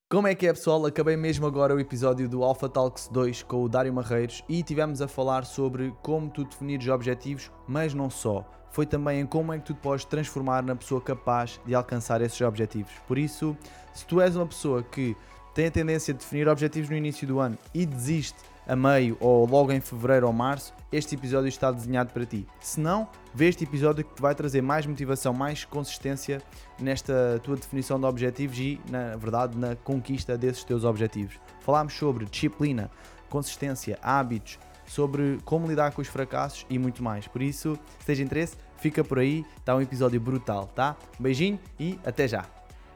Como é que é, pessoal? Acabei mesmo agora o episódio do Alpha Talks 2 com o Dário Marreiros e tivemos a falar sobre como tu definires objetivos, mas não só. Foi também em como é que tu te podes transformar na pessoa capaz de alcançar esses objetivos. Por isso, se tu és uma pessoa que tem a tendência de definir objetivos no início do ano e desiste a meio ou logo em fevereiro ou março, este episódio está desenhado para ti. Se não, vê este episódio que te vai trazer mais motivação, mais consistência nesta tua definição de objetivos e, na verdade, na conquista desses teus objetivos. Falámos sobre disciplina, consistência, hábitos, sobre como lidar com os fracassos e muito mais. Por isso, se tens interesse, fica por aí, está um episódio brutal, tá? Um beijinho e até já!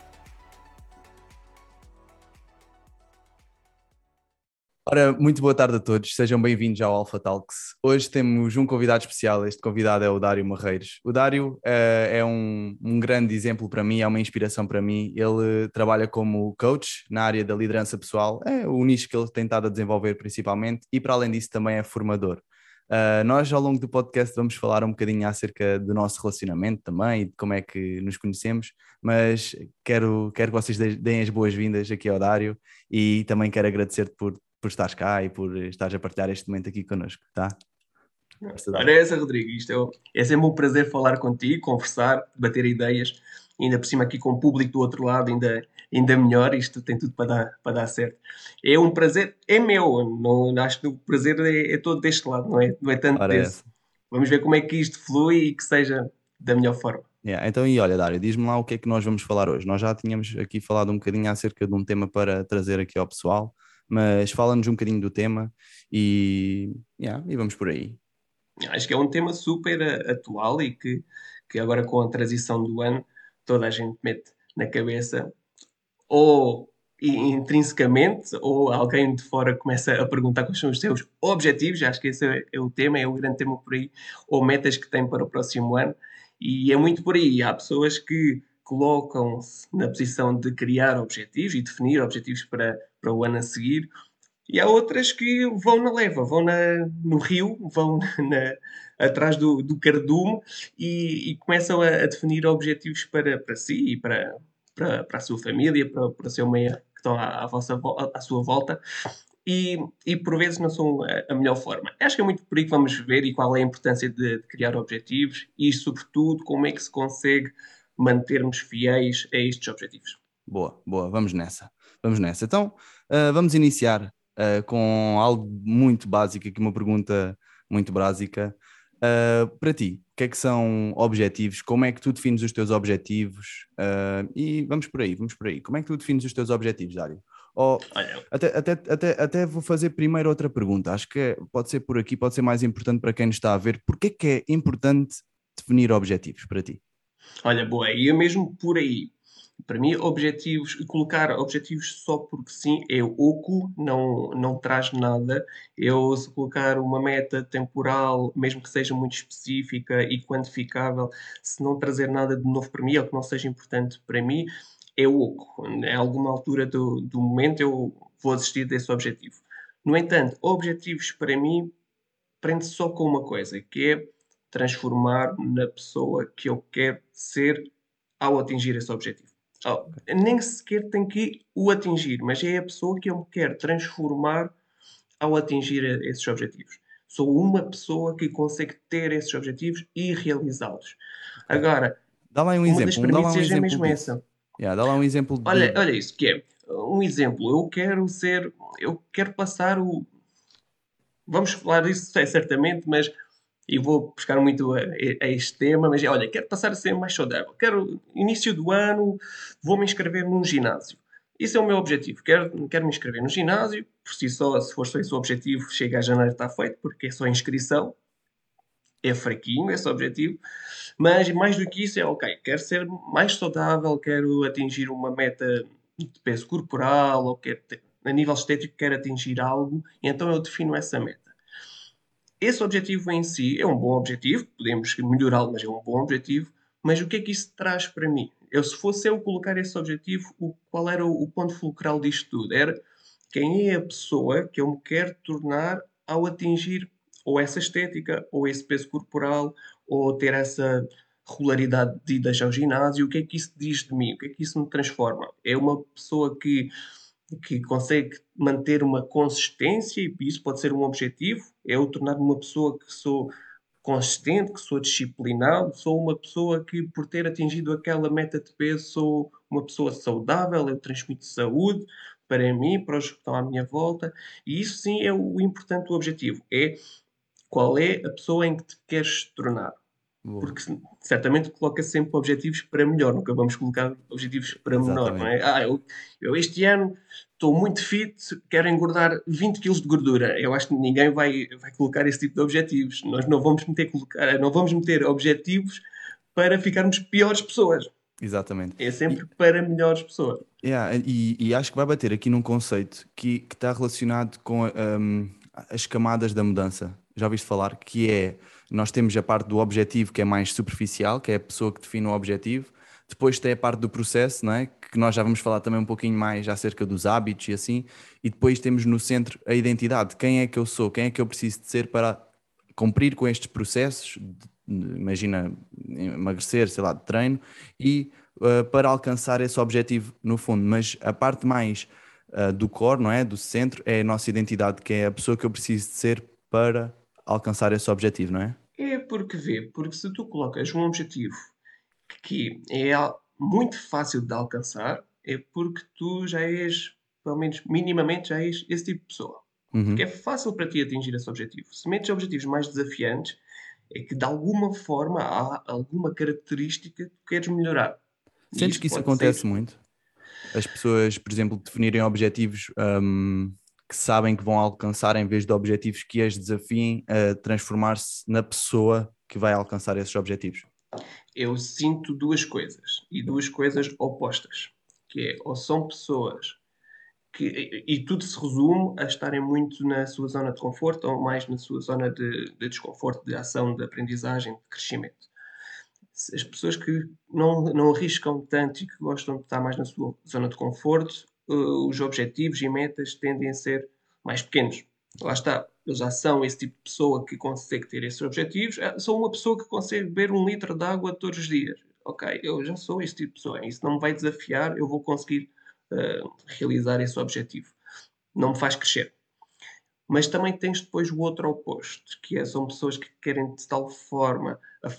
Ora, muito boa tarde a todos, sejam bem-vindos ao Alpha Talks. Hoje temos um convidado especial, este convidado é o Dário Marreiros. O Dário é um grande exemplo para mim, é uma inspiração para mim. Ele trabalha como coach na área da liderança pessoal, é o nicho que ele tem estado a desenvolver principalmente, e para além disso também é formador. Nós ao longo do podcast vamos falar um bocadinho acerca do nosso relacionamento também e de como é que nos conhecemos, mas quero que vocês deem as boas-vindas aqui ao Dário e também quero agradecer-te por estares cá e por estares a partilhar este momento aqui connosco, tá? Força, Ora, Dário. é essa, Rodrigo. É sempre um prazer falar contigo, conversar, debater ideias. Ainda por cima aqui com o público do outro lado, ainda melhor. Isto tem tudo para dar certo. É um prazer, é meu. Não, acho que o prazer é todo deste lado, não é tanto Ora é desse. essa. Vamos ver como é que isto flui e que seja da melhor forma. Yeah, então, e olha, Dário, diz-me lá o que é que nós vamos falar hoje. Nós já tínhamos aqui falado um bocadinho acerca de um tema para trazer aqui ao pessoal, mas fala-nos um bocadinho do tema e vamos por aí. Acho que é um tema super atual e que agora com a transição do ano toda a gente mete na cabeça ou intrinsecamente, ou alguém de fora começa a perguntar quais são os seus objetivos, acho que esse é o tema, é o grande tema por aí, ou metas que tem para o próximo ano, e é muito por aí. Há pessoas que colocam-se na posição de criar objetivos e definir objetivos para o ano a seguir, e há outras que vão na leva, vão no rio, vão atrás do cardume e começam a definir objetivos para si e para a sua família, para o seu meio que estão à sua volta. E por vezes não são a melhor forma. Acho que é muito por aí que vamos ver e qual é a importância de criar objetivos e, sobretudo, como é que se consegue mantermos fiéis a estes objetivos. Boa, boa, vamos nessa. Vamos nessa. Então, vamos iniciar com algo muito básico, aqui uma pergunta muito básica. Para ti, o que é que são objetivos? Como é que tu defines os teus objetivos? E vamos por aí, vamos por aí. Como é que tu defines os teus objetivos, Dário? Ou, Olha, até vou fazer primeiro outra pergunta. Acho que pode ser por aqui, pode ser mais importante para quem nos está a ver. Porquê que é importante definir objetivos para ti? olha, boa, e é mesmo por aí. Para mim, colocar objetivos só porque sim é oco, não traz nada. Eu, se colocar uma meta temporal, mesmo que seja muito específica e quantificável, se não trazer nada de novo para mim, ou que não seja importante para mim, é oco. Em alguma altura do momento eu vou desistir desse objetivo. No entanto, objetivos para mim prende só com uma coisa, que é transformar-me na pessoa que eu quero ser ao atingir esse objetivo. Nem sequer tenho que o atingir, mas é a pessoa que eu me quero transformar ao atingir esses objetivos. Sou uma pessoa que consegue ter esses objetivos e realizá-los. Ok. Agora, uma das Dá lá um premissas é exemplo mesmo disso. essa. Yeah, dá lá um exemplo Olha, de. olha isso que é. Um exemplo, eu quero passar vamos falar disso certamente, mas e vou buscar muito a este tema, mas olha, quero passar a ser mais saudável. Quero, início do ano, vou-me inscrever num ginásio. Isso é o meu objetivo. Quero me inscrever no ginásio. Por si só, se for só esse o objetivo, chega a janeiro está feito, porque é só inscrição. É fraquinho esse objetivo. Mas mais do que isso é, ok, quero ser mais saudável, quero atingir uma meta de peso corporal, ou a nível estético quero atingir algo, então eu defino essa meta. Esse objetivo em si é um bom objetivo, podemos melhorá-lo, mas é um bom objetivo. Mas o que é que isso traz para mim? Se fosse eu colocar esse objetivo, qual era o ponto fulcral disto tudo? Era quem é a pessoa que eu me quero tornar ao atingir ou essa estética, ou esse peso corporal, ou ter essa regularidade de idas ao ginásio. O que é que isso diz de mim? O que é que isso me transforma? É uma pessoa que que consegue manter uma consistência, e isso pode ser um objetivo, é eu tornar-me uma pessoa que sou consistente, que sou disciplinado, sou uma pessoa que, por ter atingido aquela meta de peso, sou uma pessoa saudável, eu transmito saúde para mim, para os que estão à minha volta, e isso sim é o importante do objetivo, é qual é a pessoa em que te queres tornar. Boa. Porque certamente coloca sempre objetivos para melhor, nunca vamos colocar objetivos para menor, não Exatamente. é? Eu este ano estou muito fit, quero engordar 20 quilos de gordura. Eu acho que ninguém vai colocar esse tipo de objetivos. Nós não vamos meter objetivos para ficarmos piores pessoas. Exatamente. É E, sempre para melhores pessoas. yeah, e acho que vai bater aqui num conceito que está relacionado com as camadas da mudança. Já ouviste falar? Que é, nós temos a parte do objetivo que é mais superficial, que é a pessoa que define o objetivo. Depois tem a parte do processo, não é? Que nós já vamos falar também um pouquinho mais acerca dos hábitos e assim. E depois temos no centro a identidade. Quem é que eu sou? Quem é que eu preciso de ser para cumprir com estes processos? Imagina emagrecer, sei lá, de treino. E para alcançar esse objetivo no fundo, mas a parte mais do core, não é? Do centro, é a nossa identidade, que é a pessoa que eu preciso de ser para alcançar esse objetivo, não é? É porque se tu colocas um objetivo que é muito fácil de alcançar, é porque tu já és, pelo menos minimamente, já és esse tipo de pessoa. Porque Uhum. é fácil para ti atingir esse objetivo. Se metes objetivos mais desafiantes, é que de alguma forma há alguma característica que tu queres melhorar. E Sentes isso que isso pode ser. acontece muito? As pessoas, por exemplo, definirem objetivos que sabem que vão alcançar em vez de objetivos que as desafiem a transformar-se na pessoa que vai alcançar esses objetivos. Eu sinto duas coisas, e duas coisas opostas. Que é, ou são pessoas e tudo se resume a estarem muito na sua zona de conforto ou mais na sua zona de desconforto, de ação, de aprendizagem, de crescimento. As pessoas que não arriscam tanto e que gostam de estar mais na sua zona de conforto, os objetivos e metas tendem a ser mais pequenos. Lá está, eu já são esse tipo de pessoa que consegue ter esses objetivos. Sou uma pessoa que consegue beber 1 litro de água todos os dias. Ok, eu já sou esse tipo de pessoa. Isso não me vai desafiar, eu vou conseguir realizar esse objetivo. Não me faz crescer. Mas também tens depois o outro oposto, que são pessoas que querem de tal forma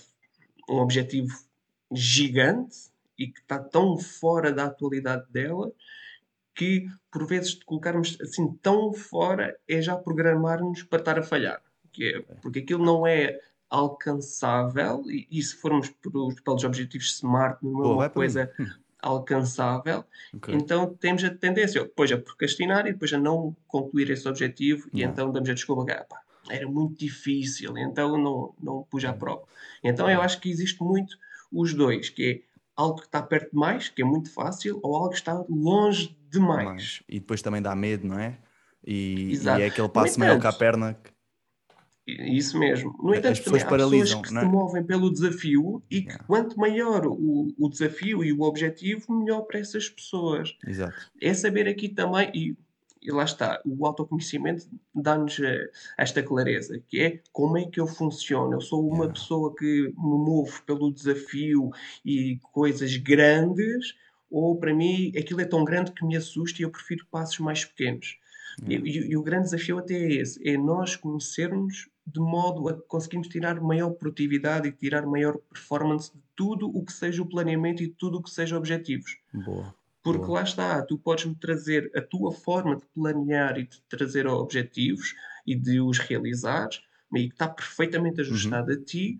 um objetivo gigante e que está tão fora da atualidade dela que, por vezes, de colocarmos assim tão fora é já programar-nos para estar a falhar. Porque aquilo não é alcançável e se formos pelos objetivos SMART, não é Boa, uma vai por aí. coisa alcançável, Ok. então temos a tendência depois a procrastinar e depois a não concluir esse objetivo e Yeah. então damos a desculpa que pá, era muito difícil, então não pus à prova. Então eu Boa. acho que existe muito os dois, que é algo que está perto demais, que é muito fácil, ou algo que está longe Demais. demais. E depois também dá medo, não é? E é Exato. aquele No passo maior que entanto, a perna que isso mesmo. No as entanto, também pessoas há pessoas paralisam, que não se é? movem pelo desafio e que Yeah. quanto maior o desafio e o objetivo, melhor para essas pessoas. Exato. É saber aqui também, e lá está, o autoconhecimento dá-nos esta clareza, que é como é que eu funciono. Eu sou uma Yeah. pessoa que me movo pelo desafio e coisas grandes, ou para mim aquilo é tão grande que me assusta e eu prefiro passos mais pequenos. E, Yeah. e o grande desafio até é esse, é nós conhecermos de modo a conseguirmos tirar maior produtividade e tirar maior performance de tudo o que seja o planeamento e tudo o que seja objetivos. Boa. Porque Boa. lá está, tu podes-me trazer a tua forma de planear e de trazer objetivos e de os realizares, e que está perfeitamente Uhum. ajustado a ti.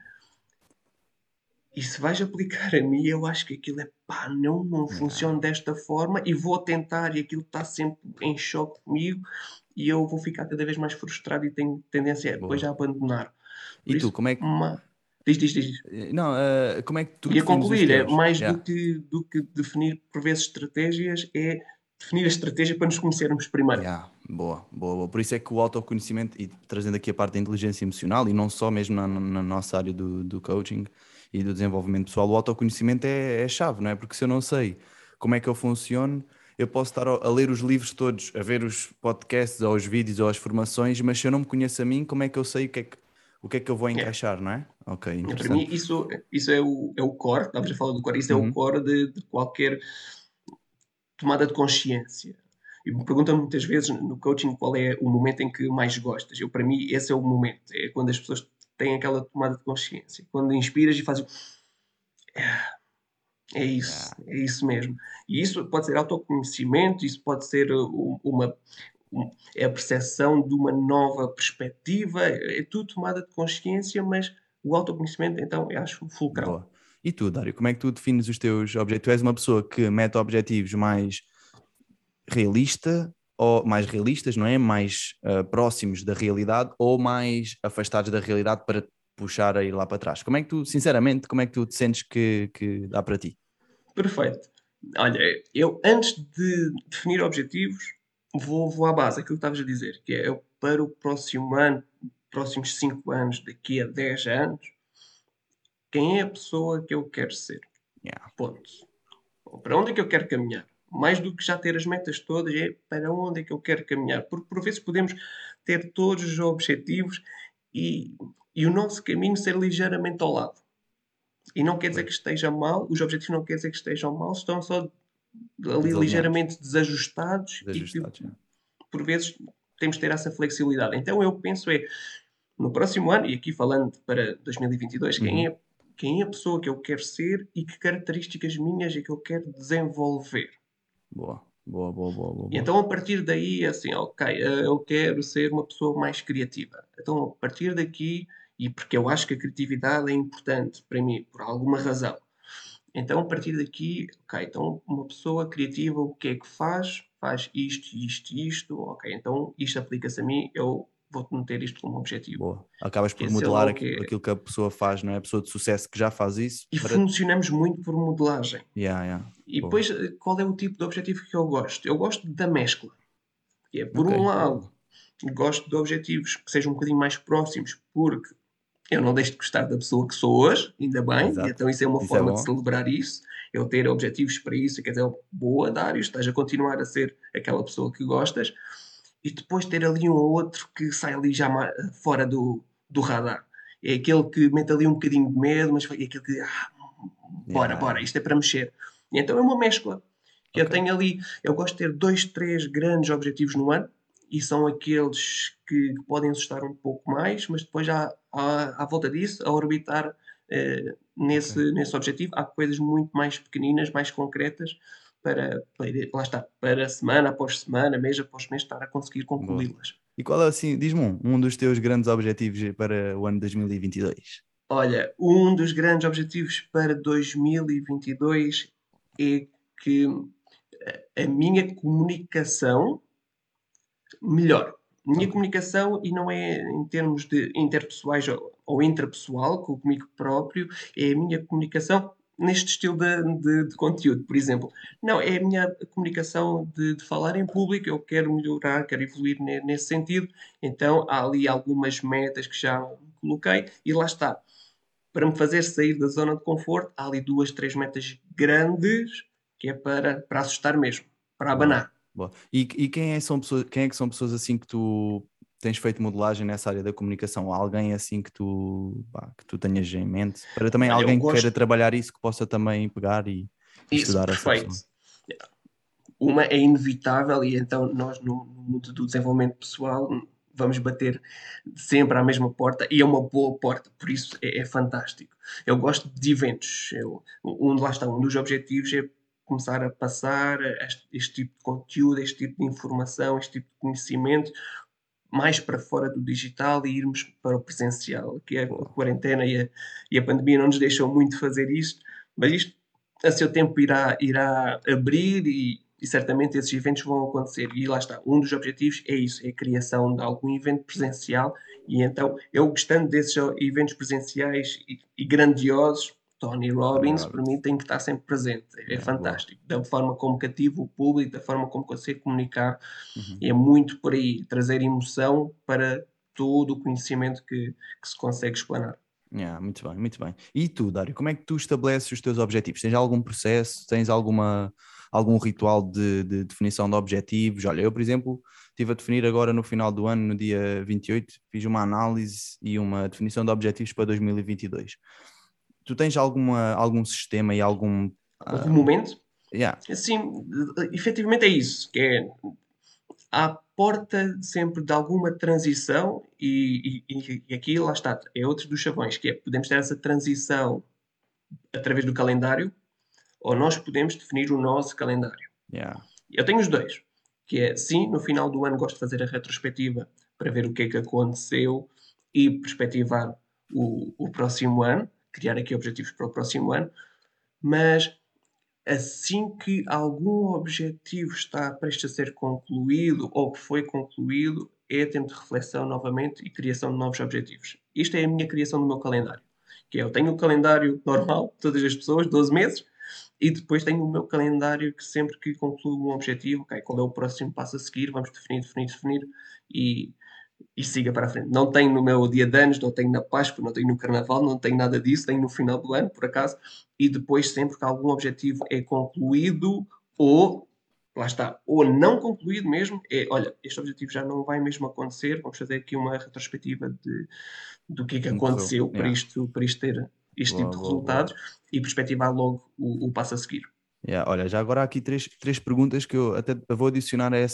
E se vais aplicar a mim, eu acho que aquilo é pá, não Yeah. funciona desta forma e vou tentar e aquilo está sempre em choque comigo e eu vou ficar cada vez mais frustrado e tenho tendência depois Boa. a abandonar. Por E tu, isso, como é que diz. não, como é que tu E a defines os concluir, é teus? mais do Yeah. que definir por vezes estratégias, é definir a estratégia para nos conhecermos primeiro. Yeah. Boa, boa, boa. Por isso é que o autoconhecimento, e trazendo aqui a parte da inteligência emocional, e não só mesmo na nossa área do coaching e do desenvolvimento pessoal, o autoconhecimento é chave, não é? Porque se eu não sei como é que eu funciono, eu posso estar a ler os livros todos, a ver os podcasts, ou os vídeos, ou as formações, mas se eu não me conheço a mim, como é que eu sei o que é que eu vou É. encaixar, não é? Ok, Para mim, interessante. isso é o core, estavas a falar do core, isso é o Uhum. core de qualquer tomada de consciência. E me perguntam muitas vezes no coaching qual é o momento em que mais gostas. Para mim, esse é o momento. É quando as pessoas têm aquela tomada de consciência. Quando inspiras e fazes. Yeah. É isso mesmo. E isso pode ser autoconhecimento, isso pode ser é a percepção de uma nova perspectiva, é tudo tomada de consciência, mas o autoconhecimento, então, eu acho fulcral. Boa. E tu, Dário, como é que tu defines os teus objetivos? Tu és uma pessoa que mete objetivos mais realista ou mais realistas, não é? Mais próximos da realidade ou mais afastados da realidade para te puxar a ir lá para trás? Como é que tu, sinceramente, como é que tu te sentes que dá para ti? Perfeito. Olha, eu antes de definir objetivos, vou à base, aquilo que estavas a dizer, que é eu para o próximo ano, próximos 5 anos, daqui a 10 anos, quem é a pessoa que eu quero ser? Yeah. Ponto. Para onde é que eu quero caminhar? Mais do que já ter as metas todas, é para onde é que eu quero caminhar. Porque por vezes podemos ter todos os objetivos e, e o nosso caminho ser ligeiramente ao lado. E não quer dizer que Pois, esteja mal, os objetivos não quer dizer que estejam mal, estão só ali desalinhados, ligeiramente desajustados e que desajustados. Yeah. por vezes temos de ter essa flexibilidade. Então eu penso no próximo ano, e aqui falando para 2022, Uhum. quem é a pessoa que eu quero ser e que características minhas é que eu quero desenvolver. Boa, boa, boa, boa, boa, E boa. então a partir daí, assim, ok, eu quero ser uma pessoa mais criativa. Então a partir daqui, e porque eu acho que a criatividade é importante para mim, por alguma razão. Então a partir daqui, ok, então uma pessoa criativa, o que é que faz? Faz isto, isto e isto, ok, então isto aplica-se a mim, eu vou meter isto como objetivo. Boa. Acabas Que por é sei lá modelar o quê. aquilo que a pessoa faz, não é? A pessoa de sucesso que já faz isso E para. funcionamos muito por modelagem. Yeah, yeah. E Boa. depois, qual é o tipo de objetivo que eu gosto? Eu gosto da mescla. Que é, por Ok, um boa, lado, boa. gosto de objetivos que sejam um bocadinho mais próximos, porque eu não deixo de gostar da pessoa que sou hoje, ainda bem, e Exato. então isso é uma Isso é forma de bom. celebrar isso, eu ter objetivos para isso, quer dizer, boa, Dário, estás a continuar a ser aquela pessoa que gostas, e depois ter ali um ou outro que sai ali já fora do radar. É aquele que mete ali um bocadinho de medo, mas é aquele que, bora, Yeah, bora, yeah. isto é para mexer. E então é uma mescla. Que eu Ok. tenho ali, eu gosto de ter 2, 3 grandes objetivos no ano, e são aqueles que podem assustar um pouco mais, mas depois à volta disso, a orbitar Ok. nesse objetivo, há coisas muito mais pequeninas, mais concretas, lá está, para semana após semana, mês após mês, estar a conseguir Boa. concluí-las. E qual é assim, diz-me um dos teus grandes objetivos para o ano 2022? Olha, um dos grandes objetivos para 2022 é que a minha comunicação melhor. Minha Ok. comunicação, e não é em termos de interpessoais ou intrapessoal, comigo próprio, é a minha comunicação neste estilo de conteúdo, por exemplo. Não, é a minha comunicação de falar em público, eu quero melhorar, quero evoluir nesse sentido, então há ali algumas metas que já coloquei, e lá está. Para me fazer sair da zona de conforto, há ali 2, 3 metas grandes, que é para assustar mesmo, para Boa, abanar. boa. E quem é que são pessoas assim que tu tens feito modelagem nessa área da comunicação? Alguém assim que tu tenhas em mente? Para também Olha, eu alguém que queira gosto. trabalhar isso, que possa também pegar e Isso, estudar essa pessoa. perfeito. Uma é inevitável, e então nós, no mundo do desenvolvimento pessoal, vamos bater sempre à mesma porta, e é uma boa porta, por isso é fantástico. Eu gosto de eventos. Lá está, um dos objetivos é começar a passar este tipo de conteúdo, este tipo de informação, este tipo de conhecimento mais para fora do digital e irmos para o presencial, que é a Boa, quarentena e a pandemia não nos deixam muito fazer isto, mas isto a seu tempo irá abrir e certamente esses eventos vão acontecer. E lá está, um dos objetivos é isso, é a criação de algum evento presencial e então eu gostando desses eventos presenciais e grandiosos, Tony Tony Robbins, para mim, Robbins. tem que estar sempre presente. É Yeah, boa. fantástico. Da forma como cativo o público, da forma como consegue comunicar, Uhum. é muito por aí, trazer emoção para todo o conhecimento que se consegue explanar. Yeah, muito bem, muito bem. E tu, Dário, como é que tu estabeleces os teus objetivos? Tens algum processo? Tens algum ritual de definição de objetivos? Olha, eu, por exemplo, estive a definir agora no final do ano, no dia 28, fiz uma análise e uma definição de objetivos para 2022. Tu tens algum sistema e algum. Algum ah, momento, yeah, assim, efetivamente é isso, que é, à porta sempre de alguma transição e aqui, lá está, é outro dos chavões, que é, podemos ter essa transição através do calendário ou nós podemos definir o nosso calendário. Yeah. Eu tenho os dois, que é, sim, no final do ano gosto de fazer a retrospectiva para ver o que é que aconteceu e perspectivar o próximo ano, criar aqui objetivos para o próximo ano, mas assim que algum objetivo está prestes a ser concluído ou que foi concluído, é tempo de reflexão novamente e criação de novos objetivos. Isto é a minha criação do meu calendário, que é, eu tenho o calendário normal, todas as pessoas, 12 meses, e depois tenho o meu calendário que sempre que concluo um objetivo, ok, qual é o próximo passo a seguir, vamos definir e, e siga para a frente. Não tenho no meu dia de anos, não tenho na Páscoa, não tenho no Carnaval, não tenho nada disso, tenho no final do ano, por acaso, e depois sempre que algum objetivo é concluído ou, lá está, ou não concluído mesmo, é, olha, este objetivo já não vai mesmo acontecer, vamos fazer aqui uma retrospectiva do que é que Como correu? aconteceu Yeah. para isto ter este tipo Boa, de boa, boa. resultados e perspectivar logo o passo a seguir. Yeah, olha, já agora há aqui três perguntas que eu até vou adicionar a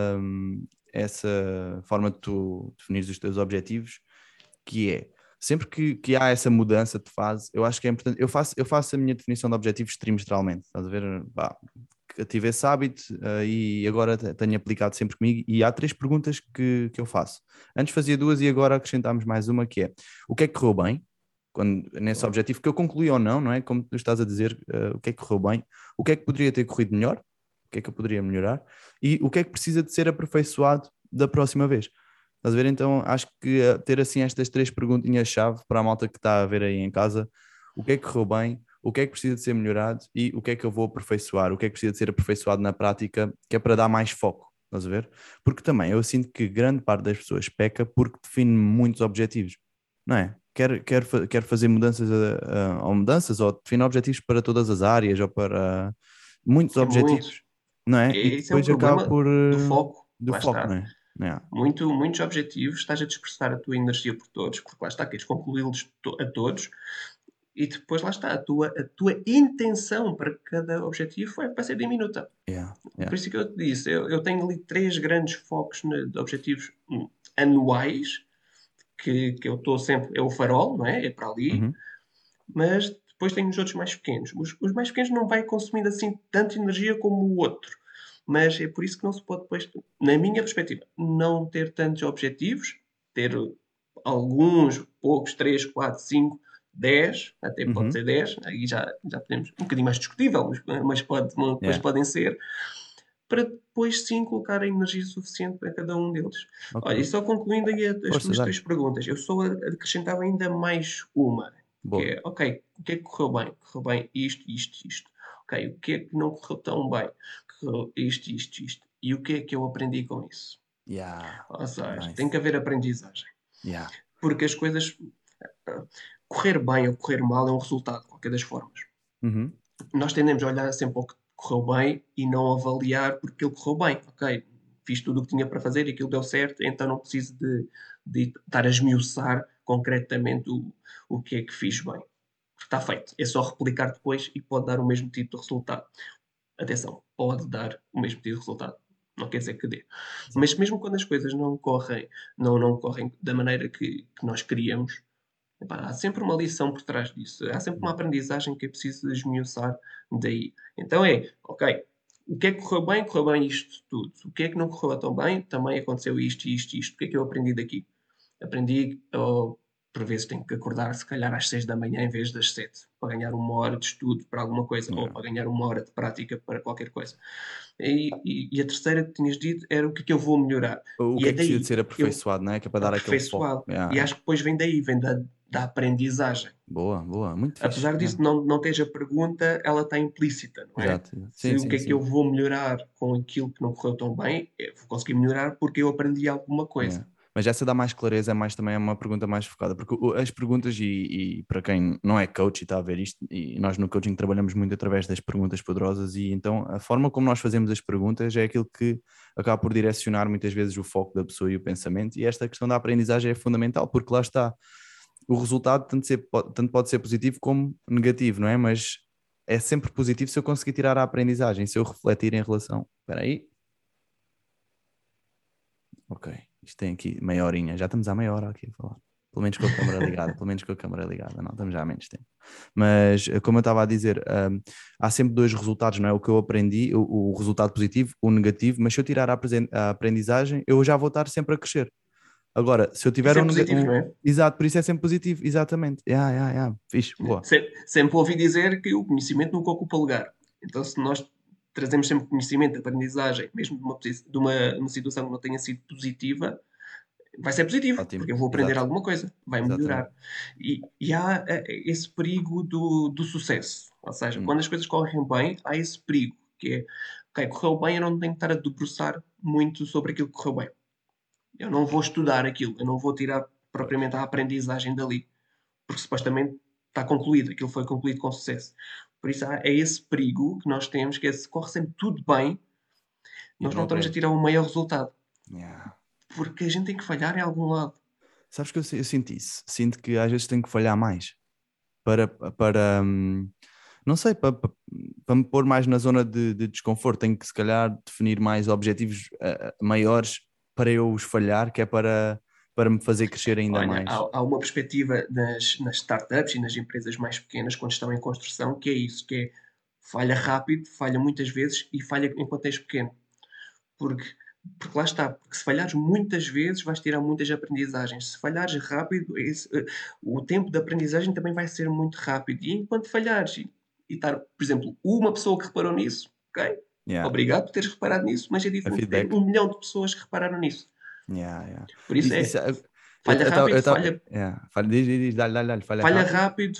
essa forma de tu definires os teus objetivos, que é, sempre que há essa mudança de fase, eu acho que é importante, eu faço a minha definição de objetivos trimestralmente, estás a ver? Pá, que eu tive esse hábito e agora tenho aplicado sempre comigo e há três perguntas que eu faço. Antes fazia duas e agora acrescentámos mais uma que é, o que é que correu bem? Nesse objetivo que eu concluí ou não, não é? Como tu estás a dizer, o que é que correu bem, o que é que poderia ter corrido melhor, o que é que eu poderia melhorar e o que é que precisa de ser aperfeiçoado da próxima vez. Estás a ver? Então acho que ter assim estas três perguntinhas-chave para a malta que está a ver aí em casa, o que é que correu bem, o que é que precisa de ser melhorado e o que é que eu vou aperfeiçoar, o que é que precisa de ser aperfeiçoado na prática, que é para dar mais foco. Estás a ver? Porque também eu sinto que grande parte das pessoas peca porque define muitos objetivos, não é? Quer fazer mudanças ou mudanças ou definir objetivos para todas as áreas ou para muitos É muito. objetivos, não é? E Esse é o depois acaba problema por do foco. do Lá foco, está. não é? É. Muitos objetivos, estás a dispersar a tua energia por todos, porque lá está, queres concluí-los a todos, e depois lá está, a tua intenção para cada objetivo vai ser diminuta. Yeah, Por yeah. isso que eu te disse, eu tenho ali três grandes focos de objetivos anuais, que eu estou sempre, é o farol, não é? É para ali, Uhum. mas depois tenho os outros mais pequenos. Os mais pequenos não vai consumindo assim tanta energia como o outro. Mas é por isso que não se pode depois, na minha perspectiva, não ter tantos objetivos, ter alguns, poucos, 3, 4, 5, 10, até pode Uhum. ser 10, aí já podemos, um bocadinho mais discutível, mas Yeah. podem ser, para depois sim colocar a energia suficiente para cada um deles. Olha, e Ok. só concluindo aí as Força, tuas dá. três perguntas, eu só acrescentava ainda mais uma, que Boa. é, ok, o que é que correu bem? Correu bem isto. Ok, o que é que não correu tão bem? Correu isto. E o que é que eu aprendi com isso? Yeah. Ou seja, tem Nice. que haver aprendizagem. Yeah. Porque as coisas, ah, correr bem ou correr mal é um resultado, de qualquer das formas. Uhum. Nós tendemos a olhar sempre ao que correu bem e não avaliar porque ele correu bem. Ok, fiz tudo o que tinha para fazer e aquilo deu certo, então não preciso de estar a esmiuçar concretamente o que é que fiz bem. Está feito. É só replicar depois e pode dar o mesmo tipo de resultado. Atenção, pode dar o mesmo tipo de resultado. Não quer dizer que dê. Exato. Mas mesmo quando as coisas não correm da maneira que nós queríamos, epá, há sempre uma lição por trás disso. Há sempre uma Yeah. aprendizagem que é preciso esmiuçar daí. Então é, ok, o que é que correu bem isto tudo. O que é que não correu tão bem, também aconteceu isto. O que é que eu aprendi daqui? Aprendi, por vezes tenho que acordar se calhar às 6 da manhã em vez das 7, para ganhar uma hora de estudo para alguma coisa, ou Yeah. para ganhar uma hora de prática para qualquer coisa. E a terceira que tinhas dito era o que é que eu vou melhorar. O E que é é que precisa de daí, ser eu aperfeiçoado, não é? Que é para dar aquele foco. aperfeiçoado. Yeah, E acho yeah. que depois vem daí, vem da aprendizagem. Boa, boa. Muito fixe. Apesar Yeah. disso, não tens a pergunta, ela está implícita, não é? Exato. Se Sim, o que sim, é que eu sim. vou melhorar com aquilo que não correu tão bem, eu vou conseguir melhorar porque eu aprendi alguma coisa. Yeah. Mas essa dá mais clareza, é mais também é uma pergunta mais focada, porque as perguntas, e para quem não é coach e está a ver isto, e nós no coaching trabalhamos muito através das perguntas poderosas, e então a forma como nós fazemos as perguntas é aquilo que acaba por direcionar muitas vezes o foco da pessoa e o pensamento, e esta questão da aprendizagem é fundamental, porque lá está, o resultado tanto pode ser positivo como negativo, não é? Mas é sempre positivo se eu conseguir tirar a aprendizagem, se eu refletir em relação. Espera aí. Ok, isto tem aqui meia horinha, já estamos há meia hora aqui a falar. Pelo menos com a câmara ligada, pelo menos com a câmara ligada, não, estamos já há menos tempo. Mas, como eu estava a dizer, há sempre dois resultados, não é? O que eu aprendi, o resultado positivo, o negativo, mas se eu tirar a aprendizagem, eu já vou estar sempre a crescer. Agora, se eu É tiver sempre positivo, não é? Exato, por isso é sempre positivo, exatamente. Fixe, boa. Sempre ouvi dizer que o conhecimento nunca ocupa lugar. Então, se nós trazemos sempre conhecimento, aprendizagem, mesmo de uma situação que não tenha sido positiva, vai ser positivo, Ótimo, porque eu vou aprender exato, alguma coisa, vai exatamente. melhorar. E há esse perigo do sucesso. Ou seja, Hum, quando as coisas correm bem, há esse perigo, que é, ok, correu bem, eu não tenho que estar a debruçar muito sobre aquilo que correu bem. Eu não vou estudar aquilo, eu não vou tirar pois, propriamente a aprendizagem dali, porque supostamente está concluído, aquilo foi concluído com sucesso. Por isso é esse perigo que nós temos, que é se corre sempre tudo bem, e nós não não estamos a aprendes. tirar o maior resultado, Yeah. porque a gente tem que falhar em algum lado. Sabes que eu sinto isso, sinto que às vezes tenho que falhar mais para não sei, para me pôr mais na zona de desconforto, tenho que se calhar definir mais objetivos maiores para eu os falhar, que é para me fazer crescer ainda Olha, mais. há uma perspectiva nas startups e nas empresas mais pequenas, quando estão em construção, que é isso, que é falha rápido, falha muitas vezes e falha enquanto és pequeno. Porque, porque lá está, porque se falhares muitas vezes vais tirar muitas aprendizagens. Se falhares rápido, o tempo de aprendizagem também vai ser muito rápido. E enquanto falhares e estar, por exemplo, uma pessoa que reparou nisso, ok? Yeah, Obrigado por teres reparado nisso, mas é a diferente de ter feedback. 1 milhão de pessoas que repararam nisso. Yeah. Por isso Isso, é eu falha rápido, falha diz, dá-lhe, falha falha rápido. rápido,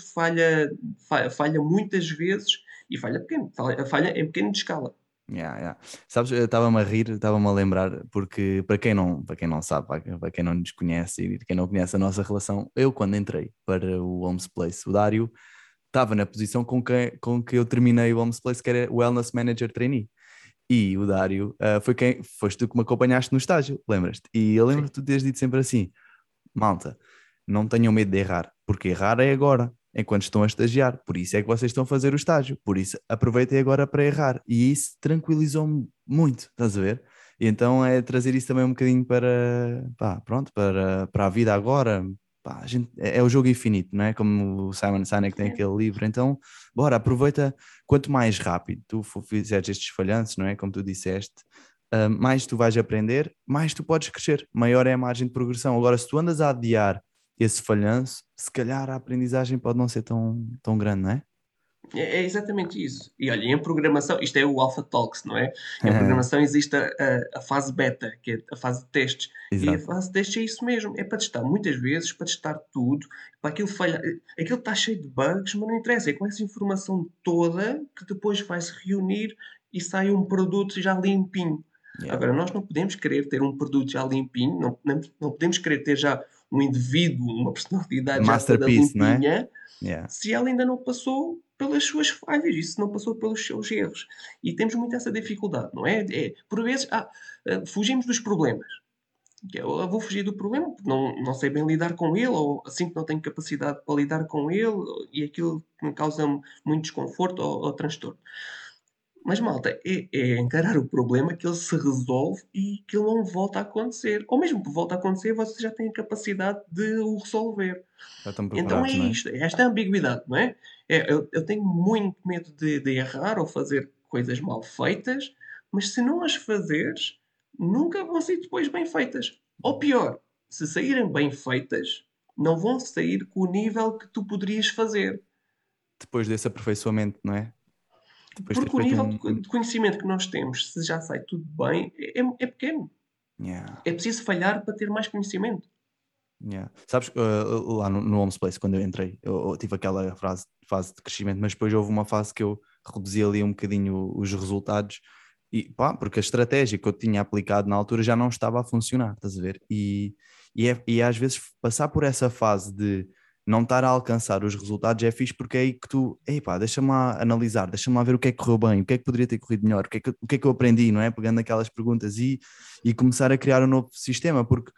falha muitas vezes e falha pequeno, falha em pequeno de escala. Yeah. Sabes, eu estava-me a rir, estava-me a lembrar, porque para quem não sabe, para quem não nos conhece e quem não conhece a nossa relação, eu quando entrei para o Homes Place, o Dário estava na posição com que eu terminei o Homes Place, que era o Wellness Manager Trainee. E o Dário foste tu que me acompanhaste no estágio, lembras-te? E eu lembro-te Sim. de tu teres dito sempre assim: malta, não tenham medo de errar, porque errar é agora, enquanto estão a estagiar. Por isso é que vocês estão a fazer o estágio. Por isso aproveitem agora para errar. E isso tranquilizou-me muito, estás a ver? E então é trazer isso também um bocadinho pá, pronto, para a vida agora. Pá, é o jogo infinito, não é? Como o Simon Sinek tem aquele livro. Então, bora, aproveita. Quanto mais rápido tu fizeres estes falhanços, não é? Como tu disseste, mais tu vais aprender, mais tu podes crescer, maior é a margem de progressão. Agora, se tu andas a adiar esse falhanço, se calhar a aprendizagem pode não ser tão grande, não é? É exatamente isso. E olha, em programação, isto é o Alpha Talks, não é? Em programação existe a fase beta, que é a fase de testes. E a Exato. fase de testes é isso mesmo, é para testar muitas vezes, para testar tudo, para aquilo falhar. Aquilo está cheio de bugs, mas não interessa, é com essa informação toda que depois vai-se reunir e sai um produto já limpinho. Yeah. Agora, nós não podemos querer ter um produto já limpinho, não podemos querer ter já um indivíduo, uma A personalidade já toda masterpiece, não é? limpinha, Yeah. se ela ainda não passou pelas suas falhas e se não passou pelos seus erros. E temos muito essa dificuldade, não é? Por vezes, fugimos dos problemas. Que é, eu vou fugir do problema porque não sei bem lidar com ele, ou assim que não tenho capacidade para lidar com ele, e aquilo me causa muito desconforto ou transtorno. Mas, malta, é encarar o problema que ele se resolve e que ele não volta a acontecer. Ou mesmo que volte a acontecer, você já tem a capacidade de o resolver. Já estão Então é preparados, não é? isto, é esta ambiguidade, não é? Eu tenho muito medo de errar ou fazer coisas mal feitas, mas se não as fazeres, nunca vão sair depois bem feitas. Ou pior, se saírem bem feitas, não vão sair com o nível que tu poderias fazer. Depois desse aperfeiçoamento, não é? Depois de ter Porque o feito nível um. de conhecimento que nós temos, se já sai tudo bem, é pequeno. Yeah. É preciso falhar para ter mais conhecimento. Yeah. Sabes, lá no Homes Place, quando eu entrei, eu tive aquela fase de crescimento, mas depois houve uma fase que eu reduzi ali um bocadinho os resultados, e, pá, porque a estratégia que eu tinha aplicado na altura já não estava a funcionar, estás a ver? E às vezes passar por essa fase de não estar a alcançar os resultados é fixe, porque é aí que tu, ei pá, deixa-me lá analisar, deixa-me lá ver o que é que correu bem, o que é que poderia ter corrido melhor, o que é que eu aprendi, não é? Pegando aquelas perguntas e começar a criar um novo sistema, porque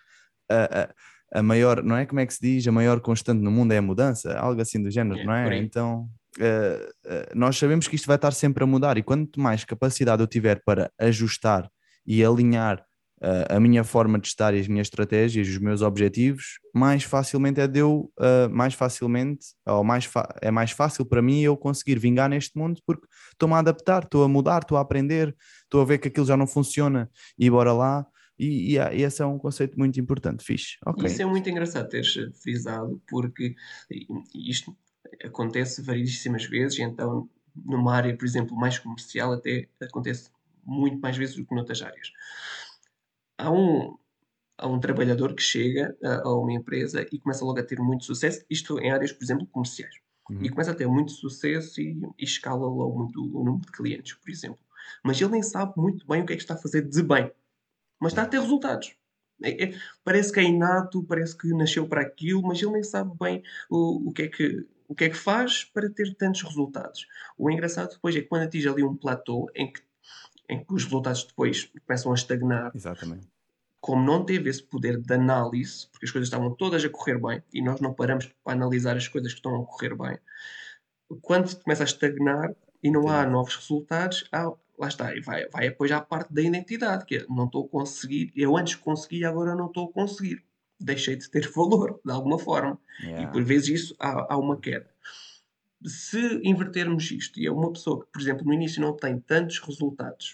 a maior, não é? Como é que se diz? A maior constante no mundo é a mudança, algo assim do género, É, não por é? aí. Então, nós sabemos que isto vai estar sempre a mudar e quanto mais capacidade eu tiver para ajustar e alinhar a minha forma de estar e as minhas estratégias, os meus objetivos, mais facilmente é de eu, mais facilmente, ou é mais fácil para mim eu conseguir vingar neste mundo porque estou-me a adaptar, estou a mudar, estou a aprender, estou a ver que aquilo já não funciona e bora lá. E esse é um conceito muito importante, fixe. E isso Ok. é muito engraçado teres frisado, porque isto acontece variedíssimas vezes, e então numa área, por exemplo, mais comercial, até acontece muito mais vezes do que noutras áreas. Há um, há um trabalhador que chega a uma empresa e começa logo a ter muito sucesso, isto em áreas, por exemplo, comerciais, e Uhum. começa a ter muito sucesso e escala logo muito o número de clientes, por exemplo. Mas ele nem sabe muito bem o que é que está a fazer de bem, mas está a Yeah. ter resultados. Parece que é inato, parece que nasceu para aquilo, mas ele nem sabe bem o que é que faz para ter tantos resultados. O engraçado depois é que quando atinge ali um platô em que os resultados depois começam a estagnar, Exatamente. como não teve esse poder de análise, porque as coisas estavam todas a correr bem e nós não paramos para analisar as coisas que estão a correr bem, quando começa a estagnar e não há Entendi. novos resultados, lá está, e vai depois à parte da identidade, que é não estou a conseguir, eu antes conseguia, agora não estou a conseguir. Deixei de ter valor, de alguma forma. E Yeah. por vezes isso há uma queda. Se invertermos isto, e é uma pessoa que, por exemplo, no início não tem tantos resultados,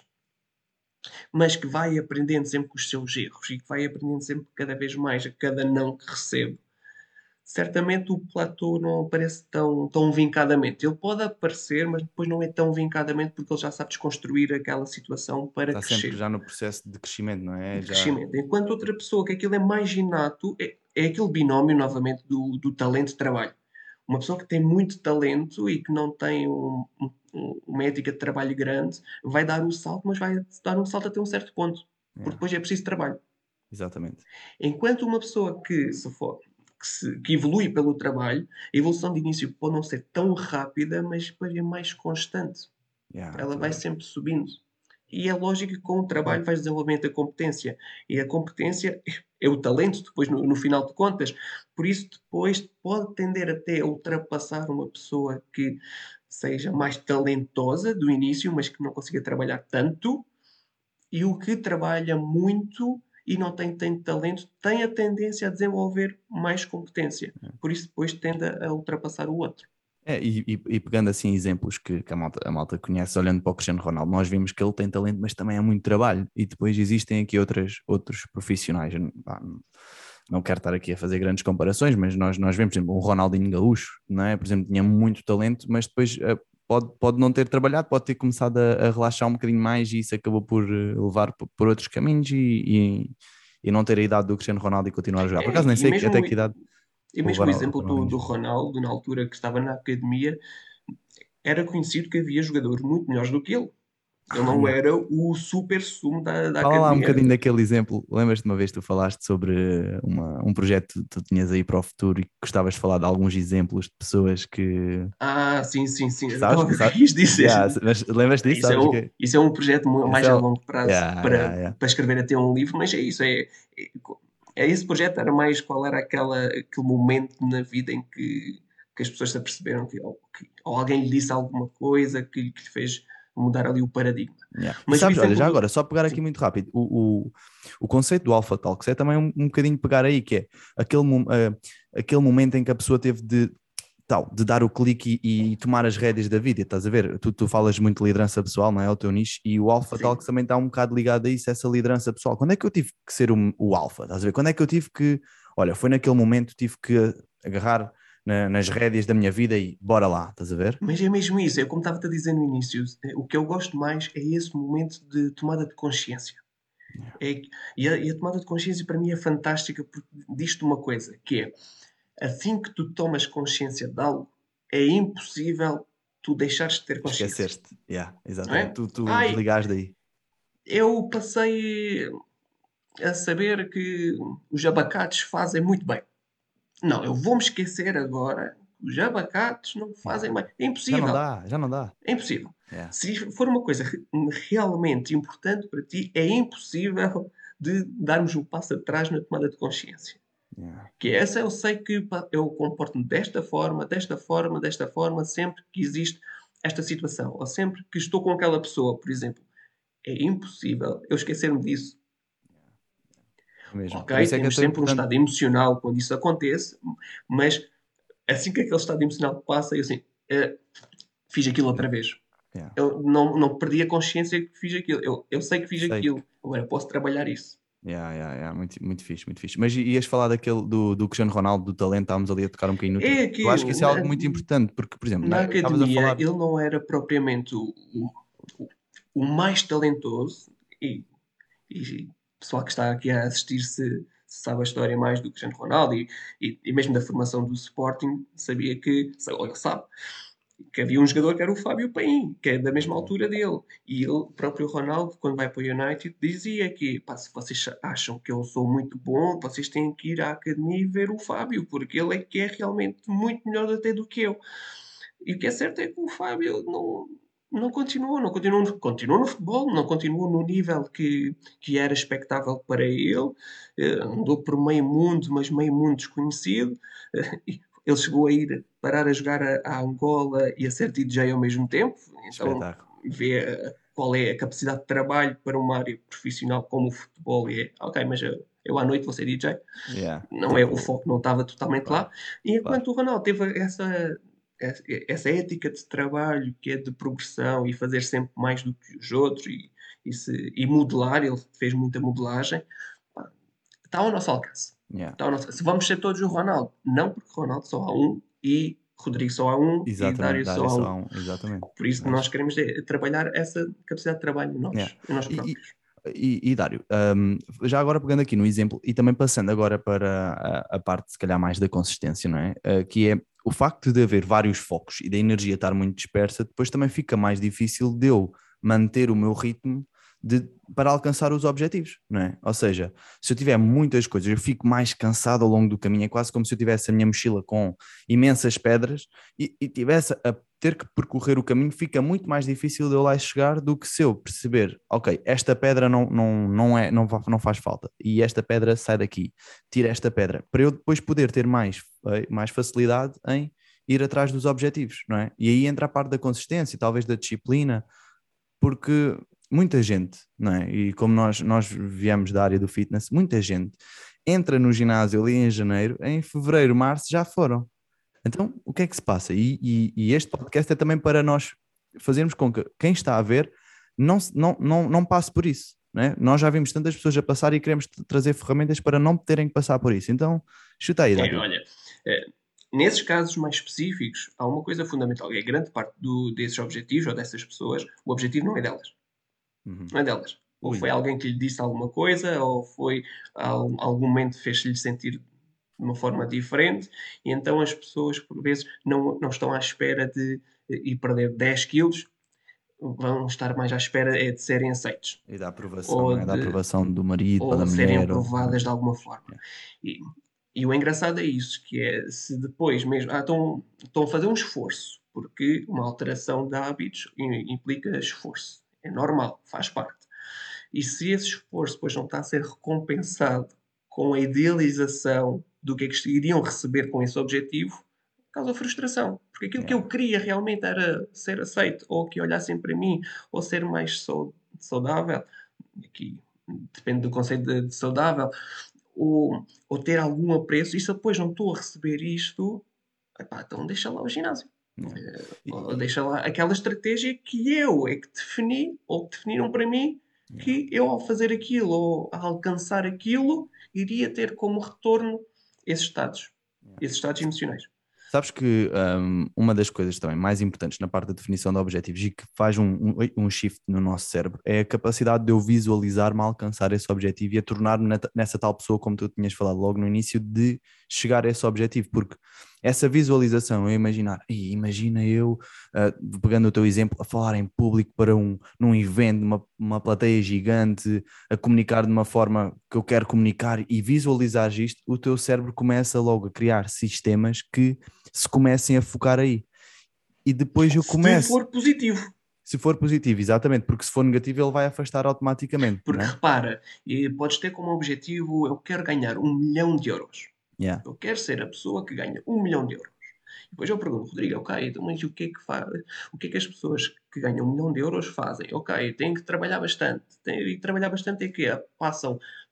mas que vai aprendendo sempre com os seus erros e que vai aprendendo sempre cada vez mais a cada não que recebe, certamente o platô não aparece tão vincadamente. Ele pode aparecer, mas depois não é tão vincadamente porque ele já sabe desconstruir aquela situação para Está sempre crescer, já no processo de crescimento, não é? de Já. crescimento. Enquanto outra pessoa que aquilo é mais inato, é aquele binómio novamente do talento-trabalho. Uma pessoa que tem muito talento e que não tem uma ética de trabalho grande, vai dar o salto, mas vai dar um salto até um certo ponto, porque Yeah. depois é preciso trabalho. Exatamente. Enquanto uma pessoa que se for que evolui pelo trabalho, a evolução de início pode não ser tão rápida, mas depois é mais constante. Yeah, Ela estou a vai ver. sempre subindo. E é lógico que com o Ok. trabalho vais desenvolvendo a competência. E a competência é o talento, depois no final de contas. Por isso, depois pode tender até a ultrapassar uma pessoa que seja mais talentosa do início, mas que não consiga trabalhar tanto, e o que trabalha muito e não tem tanto talento, tem a tendência a desenvolver mais competência. Por isso depois tende a ultrapassar o outro. E pegando assim exemplos que a malta conhece, olhando para o Cristiano Ronaldo, nós vimos que ele tem talento, mas também há muito trabalho. E depois existem aqui outros profissionais. Pá, não quero estar aqui a fazer grandes comparações, mas nós vemos, por exemplo, um Ronaldinho Gaúcho, não é? Por exemplo, tinha muito talento, mas depois pode não ter trabalhado, pode ter começado a relaxar um bocadinho mais e isso acabou por levar por outros caminhos e não ter a idade do Cristiano Ronaldo e continuar a jogar. Por É, acaso nem e sei mesmo, até que idade e o mesmo o exemplo do, Ronaldinho do jogou. Ronaldo, na altura que estava na academia, era conhecido que havia jogadores muito melhores do que ele. Ele Ah, não yeah. era o super sumo da Fala lá um academia. bocadinho daquele exemplo. Lembras-te de uma vez que tu falaste sobre um projeto que tu tinhas aí para o futuro e que gostavas de falar de alguns exemplos de pessoas que. Sim, sim, sim. Sabes? Então, o que eu quis dizer. Yeah, mas lembras-te disso? Sabes o que Isso é um projeto Esse mais é a o. longo prazo Yeah, para, yeah, yeah. para escrever até um livro, mas é isso. Esse projeto era mais qual era aquele momento na vida em que as pessoas se aperceberam ou alguém lhe disse alguma coisa que lhe fez mudar ali o paradigma. Yeah. E Mas o sabes, olha, exemplo já do. agora, só pegar aqui Sim, muito rápido, o conceito do Alpha Talks é também um bocadinho pegar aí, que é aquele momento em que a pessoa teve de dar o clique e tomar as rédeas da vida, estás a ver? Tu falas muito de liderança pessoal, não é? É o teu nicho, e o Alpha sim. Talks também está um bocado ligado a isso, essa liderança pessoal. Quando é que eu tive que ser o Alpha? Estás a ver? Quando é que eu tive que, olha, foi naquele momento, tive que agarrar nas rédeas da minha vida e bora lá, estás a ver? Mas é mesmo isso, é como estava-te a dizer no início, o que eu gosto mais é esse momento de tomada de consciência. É, e a tomada de consciência para mim é fantástica porque diz-te uma coisa, que é, assim que tu tomas consciência de algo, é impossível tu deixares de ter consciência, Esqueceste, yeah, não exatamente. é? Tu Ai, desligaste daí. eu passei a saber que os abacates fazem muito bem. Não, eu vou-me esquecer agora que os abacates não Yeah. fazem bem. É Já não impossível. dá, já não dá. É impossível. Yeah. Se for uma coisa realmente importante para ti, é impossível de darmos um passo atrás na tomada de consciência. Yeah. Que é essa eu sei que eu comporto-me desta forma, desta forma, desta forma, sempre que existe esta situação. Ou sempre que estou com aquela pessoa, por exemplo. É impossível eu esquecer-me disso. mesmo. Por Ok? isso é que é Temos tão sempre um importante. estado emocional quando isso acontece, mas assim que aquele estado emocional passa, eu assim, eh, fiz aquilo outra vez. Yeah. Eu não perdi a consciência que fiz aquilo. Eu sei que fiz Sei. aquilo, agora posso trabalhar isso. Yeah, yeah, yeah. Muito, muito fixe, muito fixe. Mas ias falar daquele do Cristiano Ronaldo, do talento, estávamos ali a tocar um bocadinho no tema. É Eu que acho que isso é algo muito importante, porque, por exemplo, na estavas a academia falar. ele não era propriamente o, o mais talentoso e o pessoal que está aqui a assistir se sabe a história mais do Cristiano Ronaldo e mesmo da formação do Sporting, sabia que, ou ele sabe, que havia um jogador que era o Fábio Paim, que é da mesma Exatamente. altura dele. E ele, o próprio Ronaldo, quando vai para o United, dizia que pá, se vocês acham que eu sou muito bom, vocês têm que ir à academia e ver o Fábio, porque ele é que é realmente muito melhor até do que eu. E o que é certo é que o Fábio continuou no futebol, não continuou no nível que era expectável para ele, andou por meio mundo, mas meio mundo desconhecido, ele chegou a ir parar a jogar a Angola e a ser DJ ao mesmo tempo, então Espetáculo. vê qual é a capacidade de trabalho para uma área profissional como o futebol e é, ok, mas eu à noite vou ser DJ, Yeah. não é o Tipo, foco, não estava totalmente claro, lá. E claro. enquanto o Ronaldo teve essa ética de trabalho que é de progressão e fazer sempre mais do que os outros e modelar, ele fez muita modelagem, pá, está ao nosso alcance. Yeah. Está ao nosso, se vamos ser todos o Ronaldo, não porque Ronaldo só há um e Rodrigo só há um e Exatamente, Dário Dário só há só um. há um, exatamente. Por isso nós Mas, queremos trabalhar essa capacidade de trabalho yeah. em nós E, próprios. e Dário, já agora pegando aqui no exemplo e também passando agora para a parte, se calhar, mais da consistência, não é? Que é o facto de haver vários focos e da energia estar muito dispersa, depois também fica mais difícil de eu manter o meu ritmo para alcançar os objetivos, não é? Ou seja, se eu tiver muitas coisas, eu fico mais cansado ao longo do caminho, é quase como se eu tivesse a minha mochila com imensas pedras e tivesse a ter que percorrer o caminho, fica muito mais difícil de eu lá chegar do que se eu perceber, ok, esta pedra não faz falta e esta pedra sai daqui, tira esta pedra, para eu depois poder ter mais facilidade em ir atrás dos objetivos, não é? E aí entra a parte da consistência, talvez da disciplina, porque muita gente, não é? E como nós viemos da área do fitness, muita gente entra no ginásio ali em janeiro, em fevereiro, março já foram. Então, o que é que se passa? E este podcast é também para nós fazermos com que quem está a ver não passe por isso. Não é? Nós já vimos tantas pessoas a passar e queremos trazer ferramentas para não terem que passar por isso. Então, chuta aí, É, Dário. olha, nesses casos mais específicos, há uma coisa fundamental, e a grande parte desses objetivos ou dessas pessoas, o objetivo não é delas. Uhum. Não é delas. Ou foi Ui, alguém que lhe disse alguma coisa, ou foi algum momento fez-lhe sentir de uma forma diferente, e então as pessoas, por vezes, não estão à espera de ir perder 10 quilos, vão estar mais à espera é de serem aceitos, e da aprovação, ou não é? Da de aprovação do marido ou da ou serem mulher. aprovadas de alguma forma. E, e o engraçado é isso, que é se depois mesmo estão a fazer um esforço, porque uma alteração de hábitos implica esforço. É normal, faz parte. E se esse esforço depois não está a ser recompensado com a idealização do que é que iriam receber com esse objetivo, causa frustração. Porque aquilo que Yeah. eu queria realmente era ser aceito, ou que olhassem para mim, ou ser mais saudável. Aqui depende do conceito de saudável, ou ter algum apreço, e se eu depois não estou a receber isto, epá, então deixa lá o ginásio. Yeah. Ou deixa lá aquela estratégia que eu é que defini, ou que definiram para mim, Yeah. que eu ao fazer aquilo, ou a alcançar aquilo, iria ter como retorno Yeah. esses estados emocionais. Sabes que uma das coisas também mais importantes na parte da definição de objetivos e que faz um shift no nosso cérebro é a capacidade de eu visualizar-me a alcançar esse objetivo e a tornar-me nessa tal pessoa, como tu tinhas falado logo no início, de chegar a esse objetivo, porque essa visualização, eu imaginar, imagina eu, pegando o teu exemplo, a falar em público num evento, uma plateia gigante, a comunicar de uma forma que eu quero comunicar e visualizar isto, o teu cérebro começa logo a criar sistemas que se comecem a focar aí. E depois eu Se começo, for positivo. se for positivo, exatamente, porque se for negativo ele vai afastar automaticamente, não Porque é? repara, podes ter como objetivo, eu quero ganhar 1 milhão de euros. Yeah. Eu quero ser a pessoa que ganha 1 milhão de euros. E depois eu pergunto, Rodrigo, ok, então, mas o que é que faz? O que é que as pessoas que ganham 1 milhão de euros fazem? Ok, têm que trabalhar bastante. E trabalhar bastante é que passam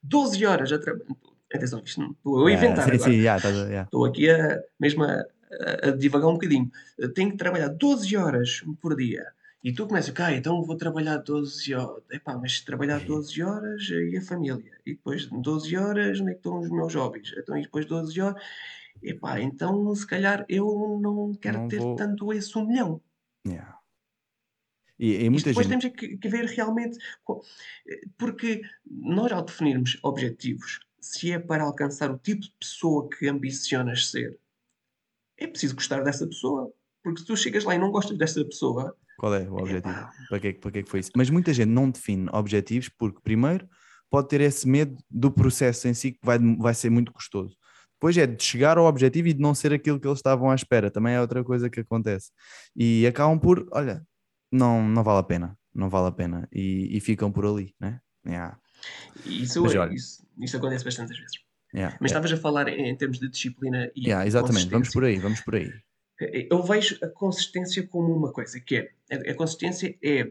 12 horas a trabalhar. Atenção, isto não estou eu a Yeah, inventar sim, sim, agora. yeah, yeah. Estou aqui mesmo a divagar um bocadinho. Tenho que trabalhar 12 horas por dia. E tu começas, então vou trabalhar 12 horas. Epá, mas trabalhar Aí, 12 horas e a família. E depois 12 horas, onde é que estão os meus hobbies? Então, e depois 12 horas. Epá, então se calhar eu não quero não ter vou. tanto esse 1 milhão. Yeah. E Isto muita depois gente. temos é que ver realmente. Porque nós, ao definirmos objetivos, se é para alcançar o tipo de pessoa que ambicionas ser, é preciso gostar dessa pessoa. Porque se tu chegas lá e não gostas dessa pessoa, Qual é o objetivo? epá, Para que é que foi isso? Mas muita gente não define objetivos porque, primeiro, pode ter esse medo do processo em si que vai ser muito custoso. Depois é de chegar ao objetivo e de não ser aquilo que eles estavam à espera. Também é outra coisa que acontece. E acabam por, olha, não vale a pena. Não vale a pena. E ficam por ali, né? Yeah. isso, Mas olha, isso acontece bastantes vezes. yeah, Mas estavas a falar em termos de disciplina yeah, e exatamente. Vamos por consistência. aí, vamos por aí. Eu vejo a consistência como uma coisa, que é, a consistência é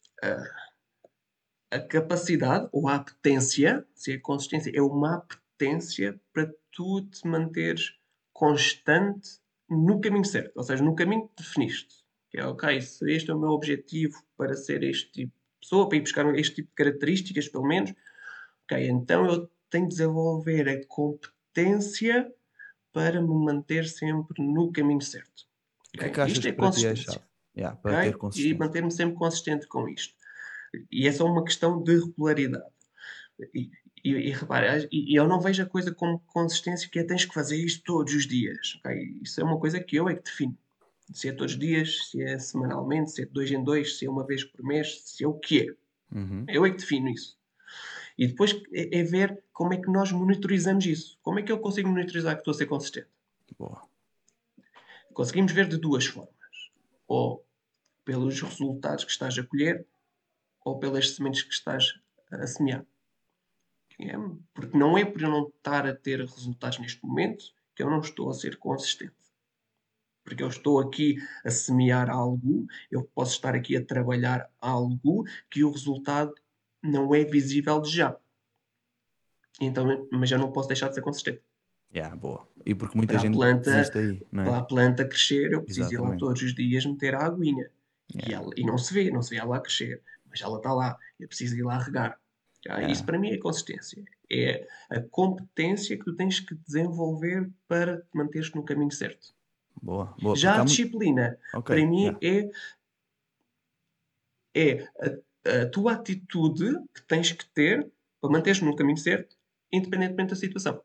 a capacidade ou a apetência, se a consistência é uma apetência para tu te manteres constante no caminho certo, ou seja, no caminho que definiste. Que é, ok, se este é o meu objetivo para ser este tipo de pessoa, para ir buscar este tipo de características, pelo menos, ok, então eu tenho de desenvolver a competência para me manter sempre no caminho certo. O que é Ok? que achas Isto é que para ti é a consistência. chave? Yeah, para ter Ok? E consistência. manter-me sempre consistente com isto. E é só uma questão de regularidade. E, e repara, eu não vejo a coisa como consistência que é tens que fazer isto todos os dias. Okay? Isso é uma coisa que eu é que defino. Se é todos os dias, se é semanalmente, se é de 2 em 2, se é uma vez por mês, se é o que é. Uhum. Eu é que defino isso. E depois é ver como é que nós monitorizamos isso. Como é que eu consigo monitorizar que estou a ser consistente? Boa. Conseguimos ver de duas formas. Ou pelos resultados que estás a colher, ou pelas sementes que estás a semear. É, porque não é por eu não estar a ter resultados neste momento que eu não estou a ser consistente. Porque eu estou aqui a semear algo, eu posso estar aqui a trabalhar algo que o resultado não é visível de já. Então, mas eu não posso deixar de ser consistente. Yeah, boa. E porque muita Para a gente planta, desiste aí, não para é? a planta crescer, eu preciso ir lá Exatamente. todos os dias meter a aguinha. Yeah, E não se vê ela a crescer, mas ela está lá. Eu preciso ir lá regar. Isso yeah. para mim é consistência. É a competência que tu tens que desenvolver para te manteres no caminho certo. Boa, boa. Já Porque a há muito. disciplina, Ok, para mim, yeah. é a tua atitude que tens que ter para manteres no caminho certo, independentemente da situação.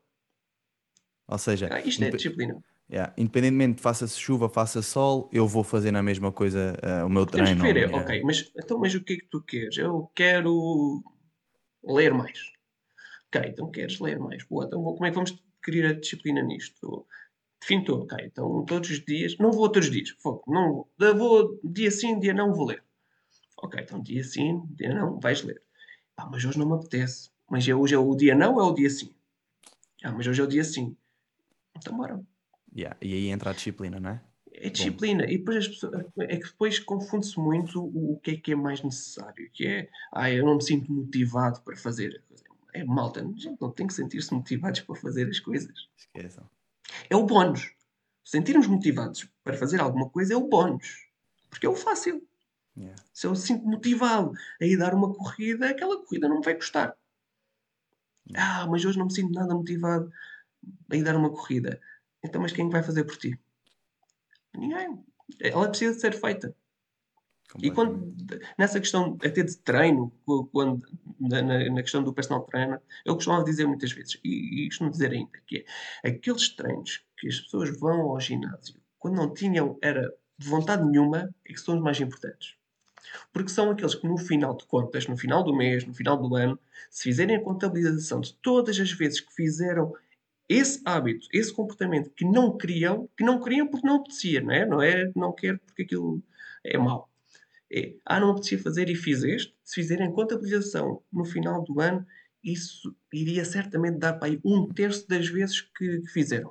Ou seja, Isto é disciplina. yeah, independentemente faça-se chuva, faça sol, eu vou fazer na mesma coisa o meu O que temos que treino, ver é, ok, mas o que é que tu queres? Eu quero ler mais. Ok, então queres ler mais. Boa, então como é que vamos adquirir a disciplina nisto? Define tu, ok, então todos os dias, não vou todos os dias, fogo, não vou, vou dia sim, dia não vou ler. Ok, então dia sim, dia não, vais ler. Mas hoje não me apetece. Mas hoje é o dia não ou é o dia sim? Mas hoje é o dia sim. Então bora. Yeah, e aí entra a disciplina, não é? É Bom, disciplina. E depois as pessoas, é que depois confunde-se muito o que é mais necessário. Que é, eu não me sinto motivado para fazer. É malta, gente, não tem que sentir-se motivados para fazer as coisas. esqueçam. É o bónus. Sentirmos motivados para fazer alguma coisa é o bónus. Porque é o fácil. Yeah. Se eu sinto motivado a ir dar uma corrida, aquela corrida não me vai custar. Yeah. Mas hoje não me sinto nada motivado a ir dar uma corrida. Então, mas quem vai fazer por ti? Ninguém. Ela precisa de ser feita. E Completamente. nessa questão até de treino, quando, na questão do personal trainer, eu costumava dizer muitas vezes, e costumo dizer ainda, que é aqueles treinos que as pessoas vão ao ginásio quando não tinham era de vontade nenhuma, é que são os mais importantes. Porque são aqueles que no final de contas, no final do mês, no final do ano, se fizerem a contabilização de todas as vezes que fizeram esse hábito, esse comportamento que não queriam porque não apetecia, não é? Não é que não quero porque aquilo é mau. Não apetecia fazer e fiz este. Se fizerem contabilização no final do ano, isso iria certamente dar para aí 1/3 das vezes que fizeram.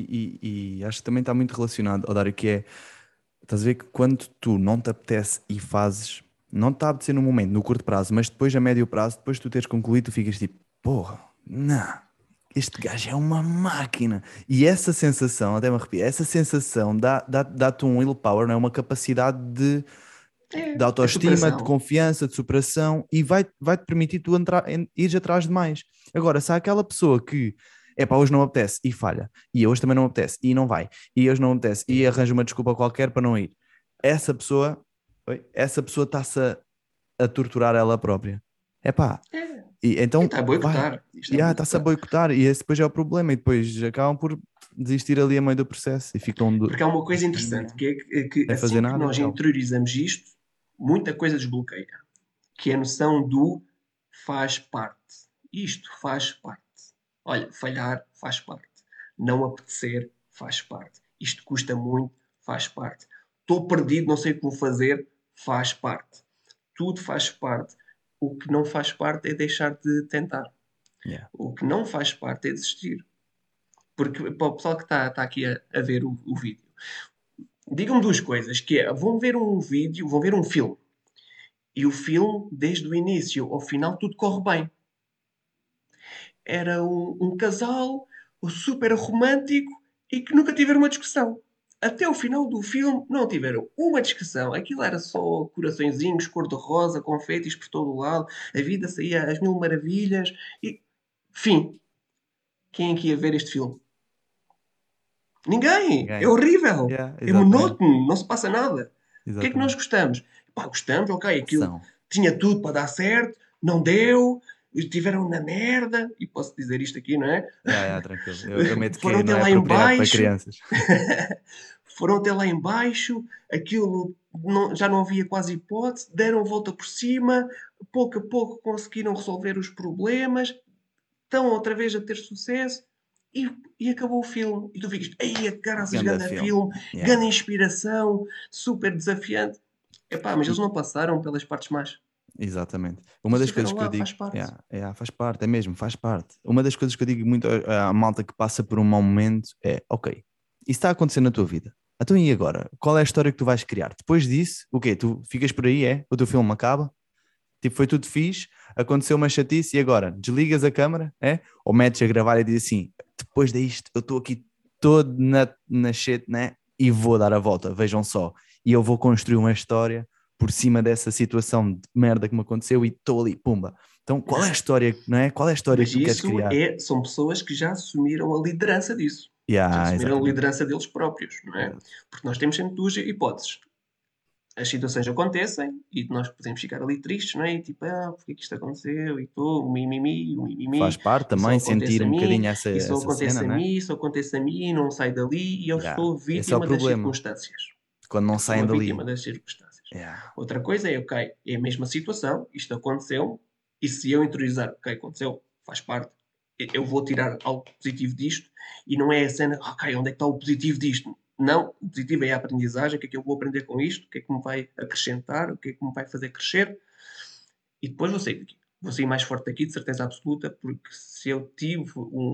E acho que também está muito relacionado ao dar que é, estás a ver que quando tu não te apetece e fazes, não te está a apetecer no momento, no curto prazo, mas depois a médio prazo, depois de tu teres concluído, tu ficas tipo, porra, não, este gajo é uma máquina. E essa sensação, até me arrepio, essa sensação dá-te um willpower, não é? Uma capacidade de É autoestima, de superação. confiança, de superação e vai-te permitir tu ires atrás de mais. Agora, se há aquela pessoa que é pá, hoje não me apetece e falha, e hoje também não me apetece e não vai, e hoje não me apetece e arranja uma desculpa qualquer para não ir, essa pessoa, essa pessoa está-se a torturar ela própria. É pá, É. e E então está a vai, boicotar. Isto é e está-se a boicotar. boicotar, e esse depois é o problema, e depois acabam por desistir ali a meio do processo e ficam Porque há uma coisa sem interessante, que é que fazer assim que nada e nós tchau. interiorizamos isto, muita coisa desbloqueia. Que é a noção do faz parte. Isto faz parte. Olha, falhar faz parte. Não apetecer faz parte. Isto custa muito, faz parte. Estou perdido, não sei o que vou fazer, faz parte. Tudo faz parte. O que não faz parte é deixar de tentar. Yeah. O que não faz parte é desistir. Porque para o pessoal que está aqui a ver o vídeo, digam-me duas coisas, que é, vão ver um vídeo, vão ver um filme, e o filme, desde o início ao final, tudo corre bem. Era um casal super romântico e que nunca tiveram uma discussão. Até o final do filme não tiveram uma discussão. Aquilo era só coraçõezinhos, cor-de-rosa, confetes por todo o lado. A vida saía às mil maravilhas. E, fim. Quem é que ia ver este filme? Ninguém! É Ninguém. horrível! Yeah, É exatamente. monótono! Não se passa nada. O que é que nós Exatamente. gostamos? Pá, gostamos, ok, aquilo Ação. tinha tudo para dar certo, não deu, estiveram na merda, e posso dizer isto aqui, não é? Yeah, yeah, tranquilo. Eu meto Foram que até não é lá em apropriado para baixo, crianças. foram até lá em baixo, aquilo já não havia quase hipótese, deram a volta por cima, pouco a pouco conseguiram resolver os problemas, estão outra vez a ter sucesso e acabou o filme. E tu ficas, ei, caraças, Ganda grande filme. filme, Yeah. grande inspiração, super desafiante. Epá, mas eles E, não passaram pelas partes más. exatamente. Uma Eles das coisas estiveram que eu lá, digo, faz parte. yeah, yeah, faz parte, é mesmo, faz parte. Uma das coisas que eu digo muito à malta que passa por um mau momento é, ok, isso está a acontecer na tua vida. Então e agora? Qual é a história que tu vais criar? Depois disso, o quê? Tu ficas por aí, é? O teu filme acaba? Tipo, foi tudo fixe, aconteceu uma chatice e agora desligas a câmera, é? Ou metes a gravar e diz assim: depois disto, eu estou aqui todo na shit, né? E vou dar a volta, vejam só. E eu vou construir uma história por cima dessa situação de merda que me aconteceu e estou ali, pumba. Então, qual é a história, não é? Qual é a história que Mas tu queres isso criar? são pessoas que já assumiram a liderança disso. Já Yeah, assumiram a exatamente. liderança deles próprios, não é? Exato. Porque nós temos sempre duas hipóteses. As situações acontecem e nós podemos ficar ali tristes, não é? E tipo, porque é que isto aconteceu? E estou, o Faz mimimi, parte e só também sentir acontece a um mim, bocadinho essa, e só essa acontece cena, a né? mim, só acontece a mim, e não sai dali, e eu Yeah. sou Esse é o vítima das problema, circunstâncias. quando não Eu sou saem uma vítima dali. das circunstâncias. Yeah. Outra coisa é, ok, é a mesma situação, isto aconteceu, e se eu interiorizar, ok, aconteceu, faz parte, eu vou tirar algo positivo disto, e não é a cena, ok, onde é que está o positivo disto? Não, o positivo é a aprendizagem, o que é que eu vou aprender com isto, o que é que me vai acrescentar, o que é que me vai fazer crescer, e depois vou sair daqui. Vou sair mais forte daqui, de certeza absoluta, porque se eu tive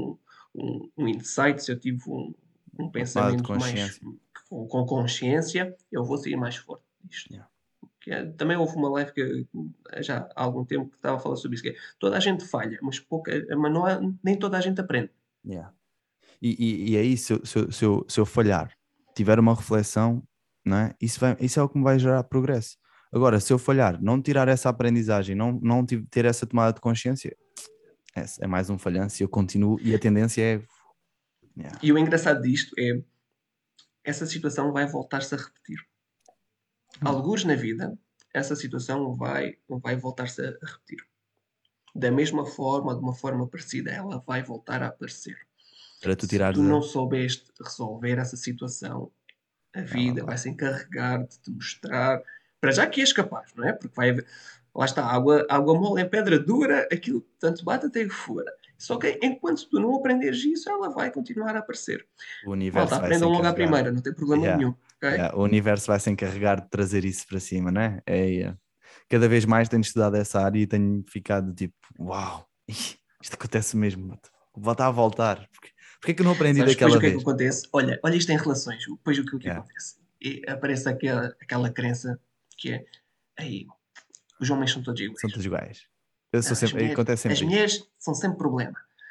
um insight, se eu tive um Uma tomada de pensamento mais consciência. com consciência, eu vou sair mais forte disto. Yeah. Também houve uma live que já há algum tempo que estava a falar sobre isso, que é, toda a gente falha, mas não nem toda a gente aprende. Yeah. E aí, se eu falhar, tiver uma reflexão, não é? Isso é o que me vai gerar progresso. Agora, se eu falhar, não tirar essa aprendizagem, não ter essa tomada de consciência, é mais um falhanço e eu continuo, e a tendência é. Yeah. E o engraçado disto é, essa situação vai voltar-se a repetir. Hum. Algures na vida, essa situação vai voltar-se a repetir. Da mesma forma, de uma forma parecida, ela vai voltar a aparecer. Para tu Se tirares tu a. não soubeste resolver essa situação, a Ela vida vai vai. se encarregar de te mostrar, para já que és capaz, não é? Porque vai haver, lá está, água mole em pedra dura, aquilo tanto bate até que fora. Só que enquanto tu não aprenderes isso, ela vai continuar a aparecer. O Malta, universo vai se aprendam logo à encarregar. primeira, não tem problema Yeah. nenhum, ok? Yeah. O universo vai se encarregar de trazer isso para cima, não é? Cada vez mais tenho estudado essa área e tenho ficado tipo, uau, isto acontece mesmo. Voltar a voltar. Porque é que eu não aprendi Sabes depois o daquela que é que vez? acontece? Olha isto em relações, depois o que Yeah. acontece? E aparece aquela crença que é, aí, os homens são todos São iguais. todos iguais. Eu sou Não, sempre, acontece as sempre isso. mulheres são sempre problema.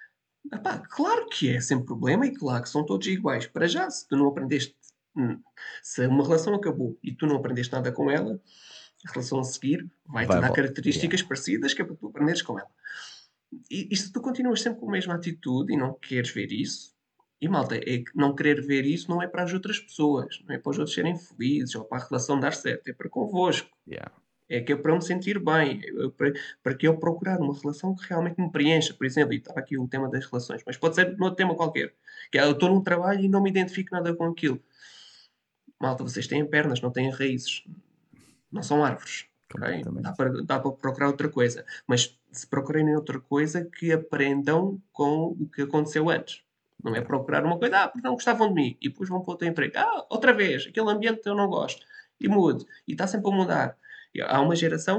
Epá, claro que é sem problema e claro que são todos iguais. Para já, se tu não aprendeste, hum, se uma relação acabou e tu não aprendeste nada com ela, a relação a seguir vai-te Vai, dar yeah. características parecidas que é para tu aprenderes com ela. E se tu continuas sempre com a mesma atitude e não queres ver isso, e malta, é que não querer ver isso não é para as outras pessoas, não é para os outros serem felizes ou para a relação dar certo, é para convosco. Yeah. É que é para eu me sentir bem, para que eu procurar uma relação que realmente me preencha, por exemplo, e estava aqui o tema das relações, mas pode ser noutro tema qualquer, que é eu estou num trabalho e não me identifico nada com aquilo. Malta, vocês têm pernas, não têm raízes, não são árvores, ok? Completamente. Dá para procurar outra coisa, mas se procurarem outra coisa, que aprendam com o que aconteceu antes. Não é Yeah. procurar uma coisa, porque não gostavam de mim, e depois vão para outro emprego. Outra vez, aquele ambiente que eu não gosto. E mude. E está sempre a mudar. E há uma geração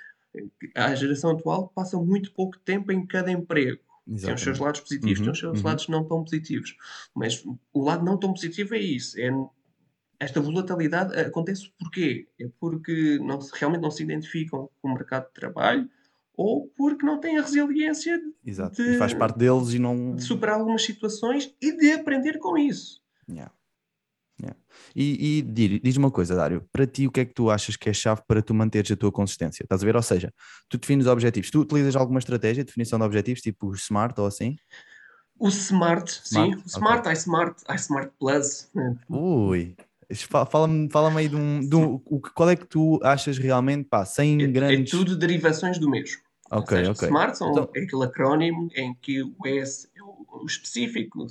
a geração atual passa muito pouco tempo em cada emprego. Tem os seus Exatamente. lados positivos, tem Uhum, os seus uhum. lados não tão positivos. Mas o lado não tão positivo é isso. Esta volatilidade acontece porquê? É porque realmente não se identificam com o mercado de trabalho ou porque não têm a resiliência Exato. E faz de, parte deles e de não. superar algumas situações e de aprender com isso. Yeah, yeah. E diz uma coisa, Dário, para ti o que é que tu achas que é chave para tu manteres a tua consistência? Estás a ver? Ou seja, tu defines objetivos, tu utilizas alguma estratégia de definição de objetivos, tipo o SMART ou assim? O Smart, sim, SMART? o Ok. iSmart Plus. Ui, fala-me aí qual é que tu achas realmente, pá, sem É grandes. tudo derivações do mesmo. Ou Ok, seja, o ok. SMART Então, é aquele acrónimo em que o S é o específico,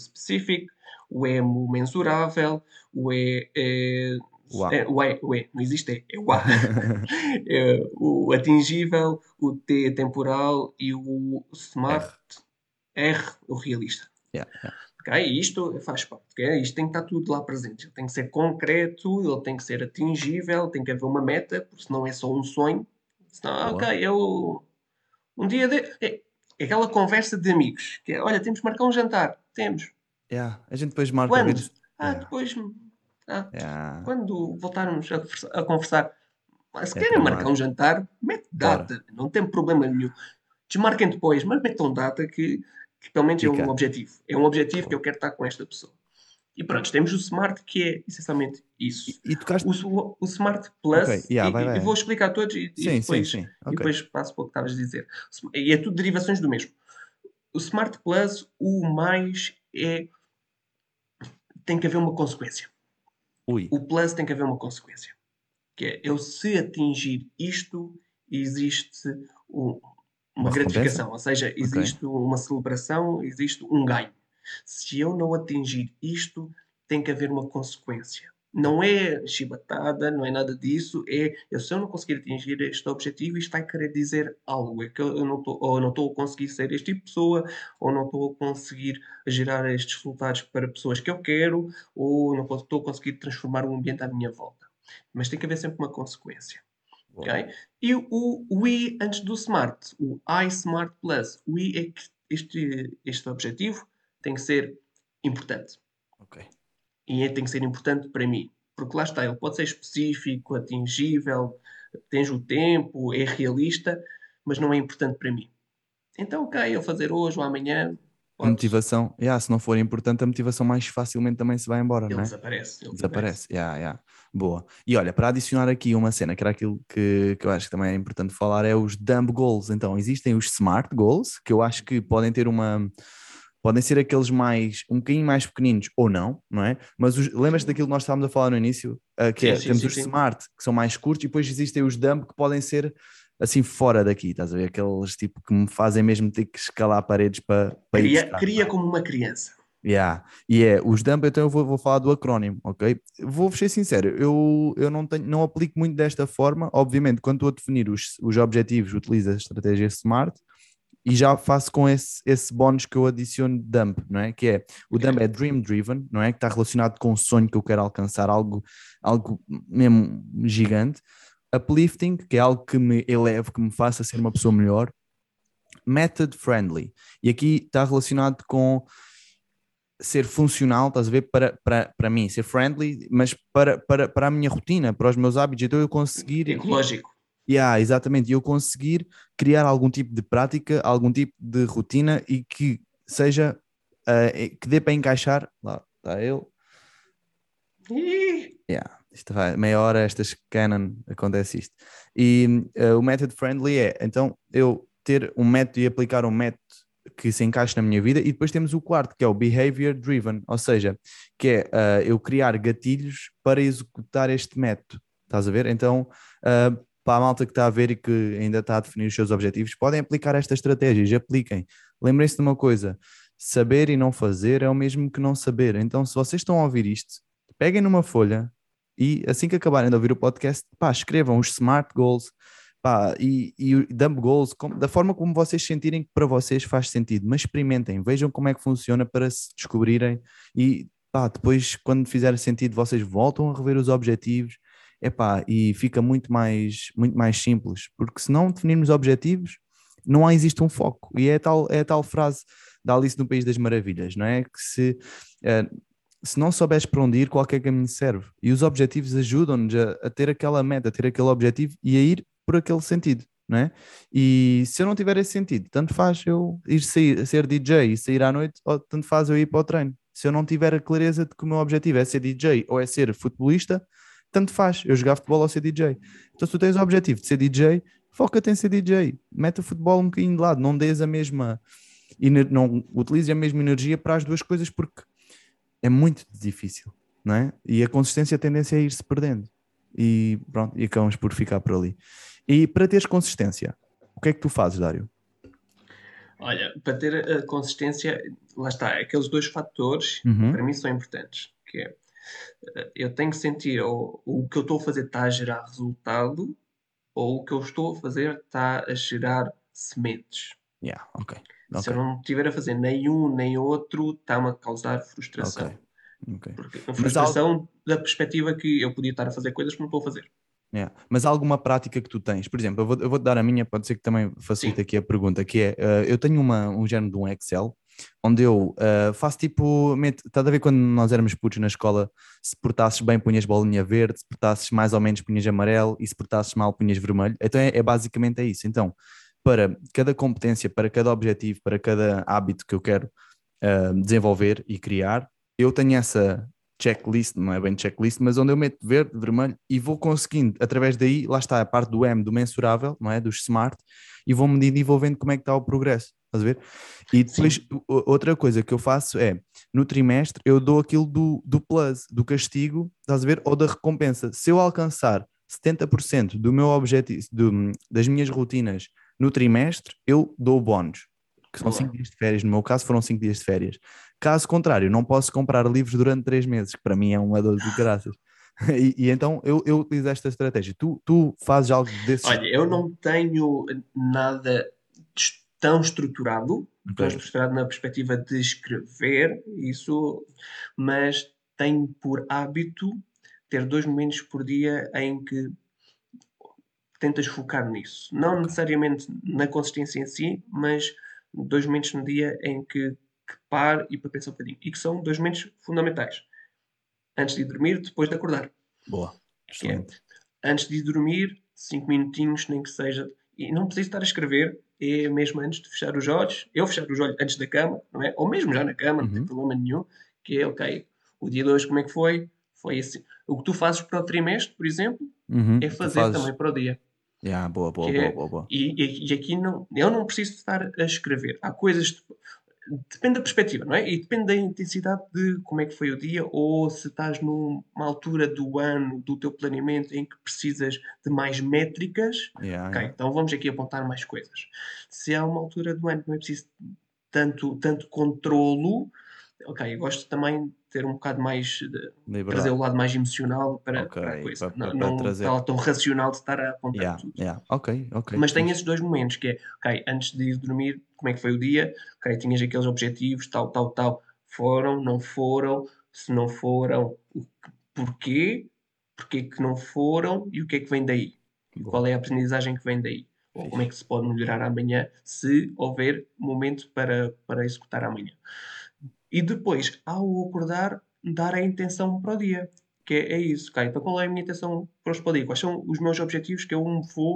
o M o mensurável, o E uau. o E, não existe E, é o A. É o atingível, o T é temporal e o SMART R. R, o realista. Yeah, yeah. Ok? E isto faz parte. Okay? Isto tem que estar tudo lá presente. Ele tem que ser concreto, ele tem que ser atingível, tem que haver uma meta, porque senão é só um sonho. Senão, Boa. ok, eu um dia é aquela conversa de amigos, que é, olha, temos que marcar um jantar. Temos. Yeah. A gente depois marca Quando? ver. Yeah, Depois. Ah, yeah. quando voltarmos a conversar. Se É querem marcar tramado. um jantar, mete Bora. data. Não tem problema nenhum. Desmarquem depois, mas metam data que pelo menos é um Fica. objetivo. É um objetivo que Boa. eu quero estar com esta pessoa. E pronto, temos o Smart, que é essencialmente isso. E tocaste. O Smart Ok, Plus, yeah, vai, e vou vai. explicar todos Sim, sim, sim. e Ok. depois passo para o que estavas a dizer. E é tudo derivações do mesmo. O Smart Plus, o mais é. Tem que haver uma consequência. Ui, O Plus tem que haver uma consequência. Que é, eu se atingir isto, existe um- uma uma recompensa? gratificação. Ou seja, Ok. existe uma celebração, existe um ganho. Se eu não atingir isto, tem que haver uma consequência. Não é chibatada, não é nada disso. Se eu não conseguir atingir este objetivo, isto vai querer dizer algo. É que eu não estou, ou não estou a conseguir ser este tipo de pessoa, ou não estou a conseguir gerar estes resultados para pessoas que eu quero, ou não estou a conseguir transformar o ambiente à minha volta. Mas tem que haver sempre uma consequência. Boa. Ok? E o I antes do Smart, o iSmart Plus, o I é que este objetivo tem que ser importante. Ok. E tem que ser importante para mim. Porque lá está, ele pode ser específico, atingível, tens o tempo, é realista, mas não é importante para mim. Então, ok, eu fazer hoje ou amanhã, A pode. motivação, yeah, se não for importante, a motivação mais facilmente também se vai embora, não Ele é? desaparece, ele desaparece. Desaparece. Yeah, yeah. Boa. E olha, para adicionar aqui uma cena, que era aquilo que eu acho que também é importante falar, é os dumb goals. Então, existem os smart goals, que eu acho que podem ter uma. Podem ser aqueles mais, um bocadinho mais pequeninos ou não, não é? Mas lembras-te Sim, daquilo que nós estávamos a falar no início? Que sim, é, sim, temos sim. os Sim. smart, que são mais curtos, e depois existem os dumb, que podem ser assim fora daqui, estás a ver? Aqueles tipo que me fazem mesmo ter que escalar paredes para ir buscar, não Cria é? como uma criança. Yeah. E é os dump, então eu vou falar do acrónimo, ok? Vou-vos ser sincero, eu não tenho, não aplico muito desta forma. Obviamente, quando estou a definir os objetivos, utilizo a estratégia SMART e já faço com esse bónus que eu adiciono de dump, não é? Que é, o dump Ok? é dream driven, não é? Que está relacionado com o sonho que eu quero alcançar, algo mesmo gigante. Uplifting, que é algo que me eleve, que me faça ser uma pessoa melhor. Method friendly, e aqui está relacionado com ser funcional, estás a ver, para mim, ser friendly, mas para a minha rotina, para os meus hábitos, então eu conseguir, Ecológico. exatamente, eu conseguir criar algum tipo de prática, algum tipo de rotina e que seja que dê para encaixar. Lá está ele. Ih, Yeah, isto vai, meia hora, estas Canon, acontece isto. E o method friendly é, então, eu ter um método e aplicar um método que se encaixe na minha vida, e depois temos o quarto, que é o behavior driven, ou seja, que é eu criar gatilhos para executar este método. Estás a ver? Então, para a malta que está a ver e que ainda está a definir os seus objetivos, podem aplicar estas estratégias, apliquem. Lembrem-se de uma coisa: saber e não fazer é o mesmo que não saber. Então, se vocês estão a ouvir isto, peguem numa folha e assim que acabarem de ouvir o podcast, pá, escrevam os SMART goals, pá, e o dumb goals, da forma como vocês sentirem que para vocês faz sentido, mas experimentem, vejam como é que funciona para se descobrirem e pá, depois quando fizer sentido vocês voltam a rever os objetivos, epá, e fica muito mais simples, porque se não definirmos objetivos, não existe um foco, e é a tal frase da Alice no País das Maravilhas, não é? Que eh, se não souberes para onde ir, qualquer caminho serve. E os objetivos ajudam-nos a ter aquela meta, a ter aquele objetivo e a ir por aquele sentido, não é? E se eu não tiver esse sentido, tanto faz eu ir sair, ser DJ e sair à noite, ou tanto faz eu ir para o treino. Se eu não tiver a clareza de que o meu objetivo é ser DJ ou é ser futebolista, tanto faz eu jogar futebol ou ser DJ. Então, se tu tens o objetivo de ser DJ, foca-te em ser DJ. Mete o futebol um bocadinho de lado, não dês a mesma, não utilizes a mesma energia para as duas coisas, porque é muito difícil, não é? E a consistência, a tendência é ir-se perdendo. E pronto, e acabamos por ficar por ali. E para teres consistência, o que é que tu fazes, Dário? olha, para ter a consistência, lá está, aqueles dois fatores Uhum. para mim são importantes, que é eu tenho que sentir ou o que eu estou a fazer está a gerar resultado ou o que eu estou a fazer está a gerar sementes. Yeah, ok, Se ok, eu não estiver a fazer nem um nem outro, está-me a causar ok, frustração. ok. Porque a Mas há, frustração da perspectiva que eu podia estar a fazer coisas que não estou a fazer. yeah, mas há alguma prática que tu tens? Por exemplo, eu vou-te dar a minha, pode ser que também facilite Sim, aqui a pergunta, que é, eu tenho um género de um Excel, onde eu faço tipo, estás a ver quando nós éramos putos na escola, se portasses bem punhas bolinha verde, se portasses mais ou menos punhas amarelo e se portasses mal punhas vermelho. Então basicamente é isso. Então, para cada competência, para cada objetivo, para cada hábito que eu quero desenvolver e criar, eu tenho essa checklist, não é bem checklist, mas onde eu meto verde, vermelho e vou conseguindo, através daí, lá está a parte do M, do mensurável, não é? Dos SMART, e vou medindo e vou vendo como é que está o progresso, estás a ver? E depois, sim. outra coisa que eu faço é, no trimestre, eu dou aquilo do plus, do castigo, estás a ver? Ou da recompensa. Se eu alcançar 70% do meu objetivo, das minhas rotinas no trimestre, eu dou bónus, que são 5 Boa. dias de férias. No meu caso, foram 5 dias de férias. Caso contrário, não posso comprar livros durante 3 meses, que para mim é uma dor de graças. E então eu utilizo esta estratégia. Tu fazes algo desses. Olha, eu não tenho nada tão Ok. estruturado na perspectiva de escrever isso, mas tenho por hábito ter 2 momentos por dia em que tentas focar nisso. Não Ok. necessariamente na consistência em si, mas 2 momentos no dia em que paro e para pensar um bocadinho. E que são 2 momentos fundamentais. Antes de dormir, depois de acordar. Boa. Que é, Excelente. antes de dormir, 5 minutinhos, nem que seja. E não preciso estar a escrever, é mesmo antes de fechar os olhos. Eu fechar os olhos antes da cama, não é? Ou mesmo já na cama, não tem Uhum. problema nenhum. Que é, ok, o dia de hoje como é que foi? Foi assim. O que tu fazes para o trimestre, por exemplo, Uhum. é Tu fazer fazes. também para o dia. Yeah, boa, Que boa, boa, é, boa, boa. e aqui não, eu não preciso estar a escrever. Há coisas, depende da perspectiva, não é? E depende da intensidade de como é que foi o dia, ou se estás numa altura do ano, do teu planeamento, em que precisas de mais métricas, Yeah, ok, yeah. então vamos aqui apontar mais coisas. Se há uma altura do ano que não é preciso tanto controlo, ok, eu gosto também de ter um bocado mais trazer o Liberdade. lado mais emocional Ok. para a coisa. Para Não trazer. está tão racional de estar a apontar Yeah, tudo. yeah. Ok, ok. Mas tem Fixe. esses 2 momentos que é, ok, antes de ir dormir, como é que foi o dia? Ok, tinhas aqueles objetivos, tal, tal, tal. Foram, não foram? Se não foram, porquê? Porquê que não foram? E o que é que vem daí? E qual Boa. é a aprendizagem que vem daí? Ou como é Fixe. que se pode melhorar amanhã, se houver momento para executar amanhã? E depois, ao acordar, dar a intenção para o dia. Que é isso, ok? Então qual é a minha intenção para o dia? Quais são os meus objetivos que eu me vou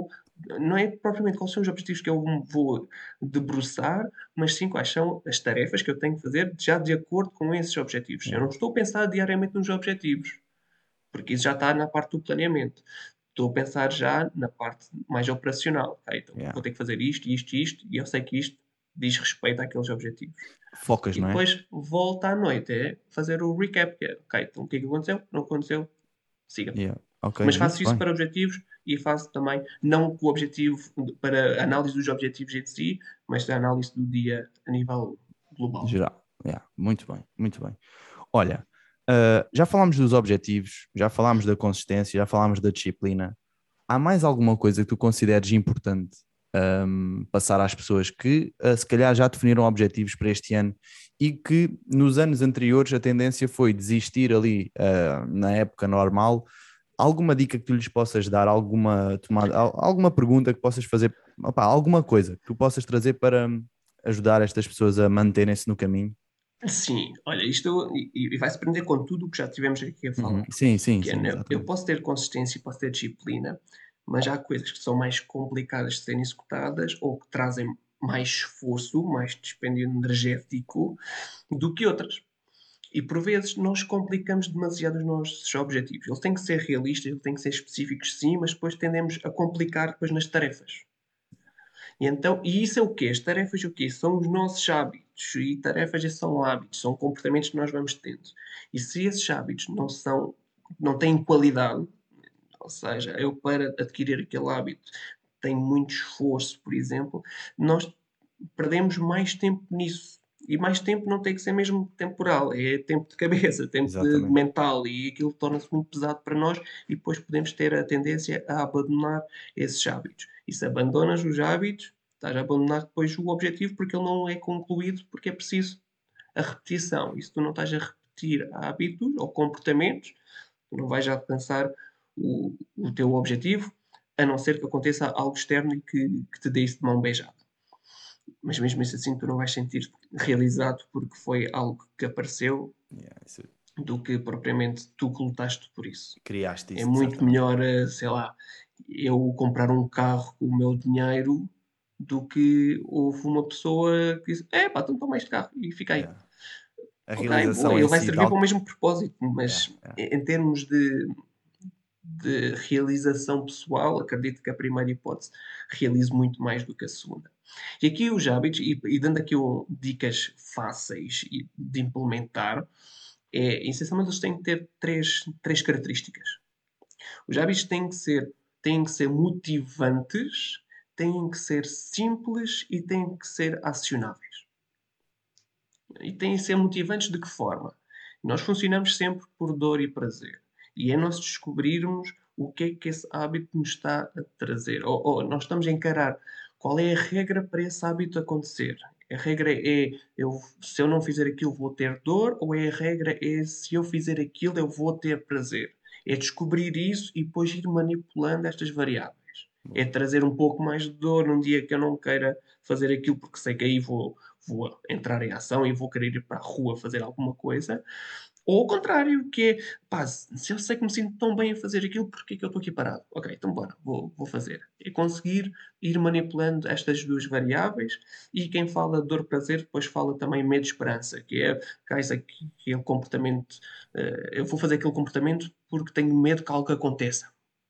não é propriamente quais são os objetivos que eu me vou debruçar, mas sim quais são as tarefas que eu tenho que fazer já de acordo com esses objetivos. Eu Yeah. não estou a pensar diariamente nos objetivos, porque isso já está na parte do planeamento. Estou a pensar já na parte mais operacional. Ok? Então, Yeah. vou ter que fazer isto, isto, isto, e eu sei que isto diz respeito àqueles objetivos. Focas, E não é? depois volta à noite, é fazer o recap, que é, ok, então o que é que aconteceu? Não aconteceu? Siga. Yeah. Ok, Mas muito faço isso bem. para objetivos e faço também, não com o objetivo para análise dos objetivos em si, mas da análise do dia a nível global. Geral. Yeah. Muito bem, muito bem. Olha, já falámos dos objetivos, já falámos da consistência, já falámos da disciplina. Há mais alguma coisa que tu consideres importante passar às pessoas que se calhar já definiram objetivos para este ano e que nos anos anteriores a tendência foi desistir ali na época normal? Alguma dica que tu lhes possas dar, alguma tomada, alguma pergunta que possas fazer, opá, alguma coisa que tu possas trazer para ajudar estas pessoas a manterem-se no caminho? Sim, olha, isto e vai-se prender com tudo o que já tivemos aqui a Uhum. falar. Sim, sim, Que é, sim, né, eu exatamente. posso ter consistência e posso ter disciplina, mas há coisas que são mais complicadas de serem executadas ou que trazem mais esforço, mais dispêndio energético do que outras. E por vezes nós complicamos demasiado os nossos objetivos. Eles têm que ser realistas, eles têm que ser específicos, sim, mas depois tendemos a complicar depois nas tarefas. E isso é o quê? As tarefas o quê? São os nossos hábitos. E tarefas são hábitos, são comportamentos que nós vamos tendo. E se esses hábitos não têm qualidade, ou seja, eu para adquirir aquele hábito tenho muito esforço, por exemplo, nós perdemos mais tempo nisso. E mais tempo não tem que ser mesmo temporal, é tempo de cabeça, tempo de Exatamente. mental, e aquilo torna-se muito pesado para nós e depois podemos ter a tendência a abandonar esses hábitos. E se abandonas os hábitos, estás a abandonar depois o objetivo porque ele não é concluído, porque é preciso a repetição. E se tu não estás a repetir hábitos ou comportamentos, tu não vais alcançar o teu objetivo, a não ser que aconteça algo externo e que te dê isso de mão beijada. Mas mesmo isso assim, tu não vais sentir realizado porque foi algo que apareceu Yeah, do que propriamente tu que lutaste por isso. criaste É isso, muito certamente. melhor, sei lá, eu comprar um carro com o meu dinheiro do que houve uma pessoa que disse: é pá, então toma este carro e fica aí. Yeah. A Ok, boa, realização ele em vai si, servir para tal. o mesmo propósito, Yeah, mas yeah. em termos de realização pessoal, acredito que a primeira hipótese realize muito mais do que a segunda. E aqui os hábitos, e dando aqui dicas fáceis de implementar, essencialmente eles têm que ter três características. Os hábitos têm que ser motivantes, têm que ser simples e têm que ser acionáveis. E têm que ser motivantes de que forma? Nós funcionamos sempre por dor e prazer. E é nós descobrirmos o que é que esse hábito nos está a trazer. Ou nós estamos a encarar qual é a regra para esse hábito acontecer. A regra é se eu não fizer aquilo vou ter dor, ou a regra é se eu fizer aquilo eu vou ter prazer. É descobrir isso e depois ir manipulando estas variáveis. É Boa. trazer um pouco mais de dor num dia que eu não queira fazer aquilo porque sei que aí vou entrar em ação e vou querer ir para a rua fazer alguma coisa. Ou ao contrário, que é, pá, se eu sei que me sinto tão bem a fazer aquilo, porquê é que eu estou aqui parado? Ok, então bora, vou fazer. É conseguir ir manipulando estas duas variáveis e quem fala dor-prazer depois fala também medo-esperança, que é, cá, isso aqui, que é o comportamento, eu vou fazer aquele comportamento porque tenho medo que algo aconteça.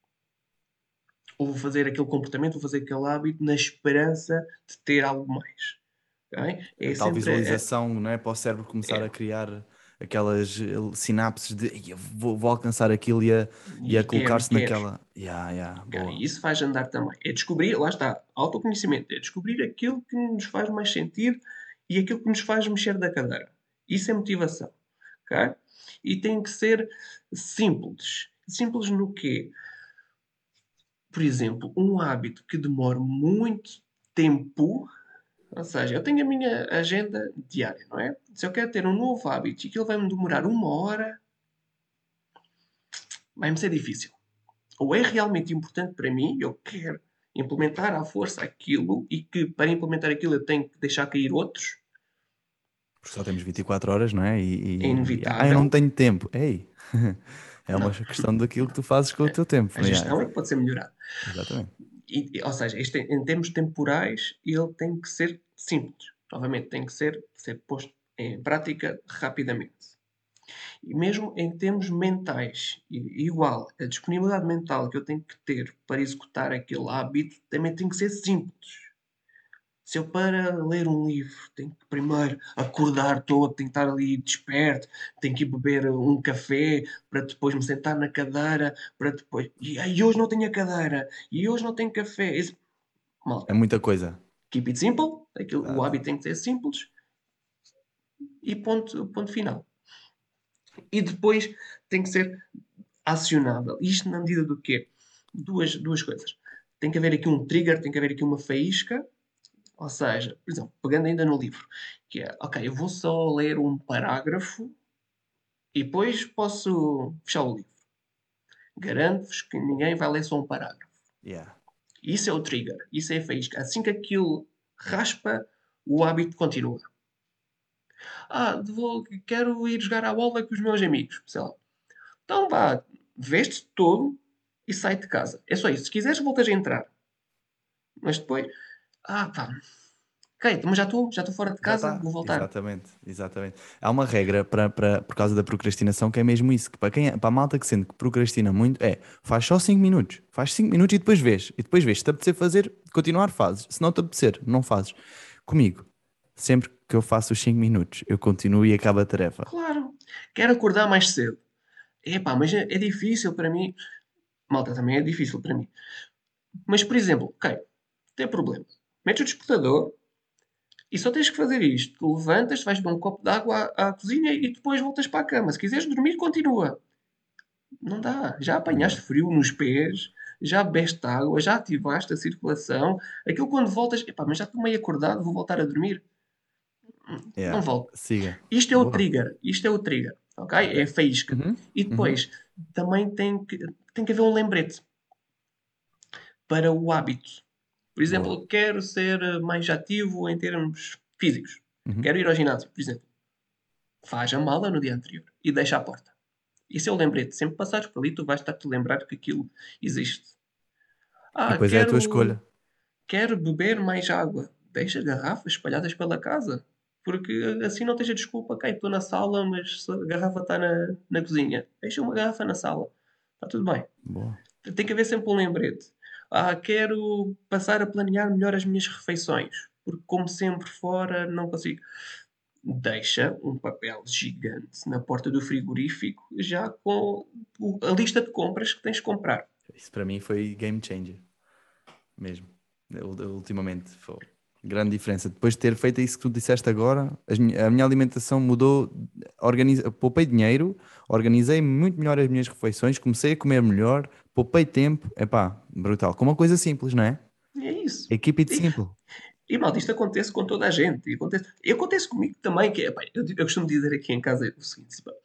Ou vou fazer aquele comportamento, vou fazer aquele hábito na esperança de ter algo mais. Ok? A É tal sempre visualização, não é? Para o cérebro começar a criar aquelas sinapses de "Ei, eu vou alcançar aquilo e a e colocar-se quero. naquela. Yeah, yeah, Ok, boa. isso faz andar também. É descobrir, lá está, autoconhecimento. É descobrir aquilo que nos faz mais sentido e aquilo que nos faz mexer da cadeira. Isso é motivação. Ok? E tem que ser simples. Simples no quê? Por exemplo, um hábito que demora muito tempo. Ou seja, eu tenho a minha agenda diária, não é? Se eu quero ter um novo hábito e aquilo vai-me demorar 1 hora, vai-me ser difícil. Ou é realmente importante para mim, eu quero implementar à força aquilo e que para implementar aquilo eu tenho que deixar cair outros, Porque só temos 24 horas, não é? é Eu não inevitável. tenho tempo. Ei, é uma Não, questão daquilo que tu fazes com o teu tempo. a Yeah, gestão é que pode ser melhorada. exatamente. Ou seja, isto em termos temporais, ele tem que ser simples. Novamente, tem que ser posto em prática rapidamente. E mesmo em termos mentais, igual, a disponibilidade mental que eu tenho que ter para executar aquele hábito também tem que ser simples. Se eu para ler um livro tenho que primeiro acordar todo, tenho que estar ali desperto, tenho que ir beber um café para depois me sentar na cadeira, para depois. E hoje não tenho a cadeira, e hoje não tenho café. É Malta, muita coisa. keep it simple, o Exato. hábito tem que ser simples e ponto final. E depois tem que ser acionável. Isto na medida do quê? Duas coisas. Tem que haver aqui um trigger, tem que haver aqui uma faísca. Ou seja, por exemplo, pegando ainda no livro, que é, ok, eu vou só ler um parágrafo e depois posso fechar o livro. Garanto-vos que ninguém vai ler só um parágrafo. Yeah. Isso é o trigger, isso é a faísca. Assim que aquilo raspa, o hábito continua. Quero ir jogar à bola com os meus amigos, sei lá. Então vá, veste-te todo e sai de casa. É só isso. Se quiseres, voltas a entrar. Mas depois, pá, ok, mas já estou fora de Já casa, está, vou voltar. exatamente, exatamente. Há uma regra por causa da procrastinação que é mesmo isso, que para a malta que sente que procrastina muito, faz só 5 minutos, faz 5 minutos e depois vês, se te apetecer fazer, continuar fazes, se não te apetecer, não fazes. Comigo, sempre que eu faço os 5 minutos, eu continuo e acabo a tarefa. Claro, quero acordar mais cedo. Epá, mas é difícil para mim. Malta, também é difícil para mim. Mas, por exemplo, ok, tem problema. Metes o despertador e só tens que fazer isto. Tu levantas, vais beber um copo de água à cozinha e depois voltas para a cama. Se quiseres dormir, continua. Não dá. Já Yeah, apanhaste frio nos pés, já bebeste água, já ativaste a circulação. Aquilo quando voltas, epá, mas já estou meio acordado, vou voltar a dormir. Não yeah. volto. Siga. Isto é o Boa. trigger. Isto é o trigger. Ok? Ok. É a faísca. Uhum, E uhum. depois também tem que haver um lembrete para o hábito. Por Boa. exemplo, quero ser mais ativo em termos físicos. Uhum. Quero ir ao ginásio, por exemplo. Faz a mala no dia anterior e deixa à porta. Isso é o lembrete. Sempre passares por ali, tu vais estar-te a lembrar que aquilo existe. E depois é a tua Quero, escolha. quero beber mais água. Deixa garrafas espalhadas pela casa. Porque assim não tens a desculpa, ok, estou na sala, mas a garrafa está na cozinha. Deixa uma garrafa na sala. Está tudo bem. Boa. Tem que haver sempre um lembrete. Quero passar a planear melhor as minhas refeições, porque como sempre fora não consigo. Deixa um papel gigante na porta do frigorífico já com a lista de compras que tens de comprar. Isso para mim foi game changer. Mesmo. Ultimamente foi grande diferença. Depois de ter feito isso que tu disseste agora, a minha alimentação mudou, poupei dinheiro, organizei muito melhor as minhas refeições, comecei a comer melhor, poupei tempo. Epá, brutal. Com uma coisa simples, não é? E é isso. É keep it E, simple. e malta, isto acontece com toda a gente. E acontece comigo também, que é, pá, eu costumo dizer aqui em casa o seguinte, pá,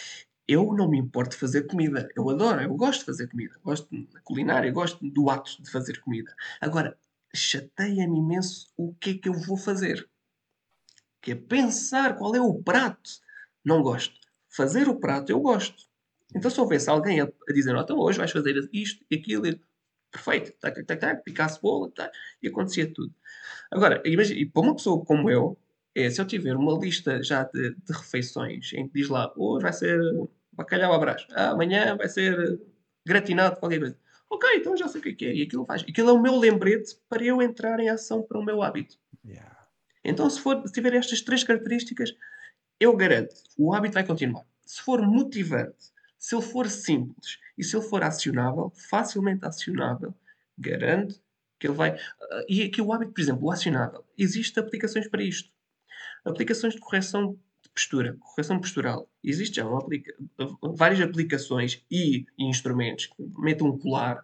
eu não me importo de fazer comida. Eu adoro, eu gosto de fazer comida. Gosto da culinária, gosto do ato de fazer comida. Agora, chateia-me imenso o que é que eu vou fazer. Que é pensar qual é o prato. Não gosto. Fazer o prato eu gosto. Então se houvesse alguém a dizer, então hoje vais fazer isto e aquilo, perfeito, tac, tac, tac, tac, picar a cebola, tac, e acontecia tudo. Agora, imagina, e para uma pessoa como eu, se eu tiver uma lista já de refeições em que diz lá, hoje vai ser bacalhau à brás, amanhã vai ser gratinado, qualquer coisa. Ok, então já sei o que é, e aquilo faz. Aquilo é o meu lembrete para eu entrar em ação para o meu hábito. Yeah. Então, se tiver estas três características, eu garanto, o hábito vai continuar. Se for motivante, se ele for simples e se ele for acionável, facilmente acionável, garanto que ele vai. E aqui o hábito, por exemplo, o acionável, existem aplicações para isto. Aplicações de correção de postura, correção postural. Existe já várias aplicações e instrumentos que metem um colar.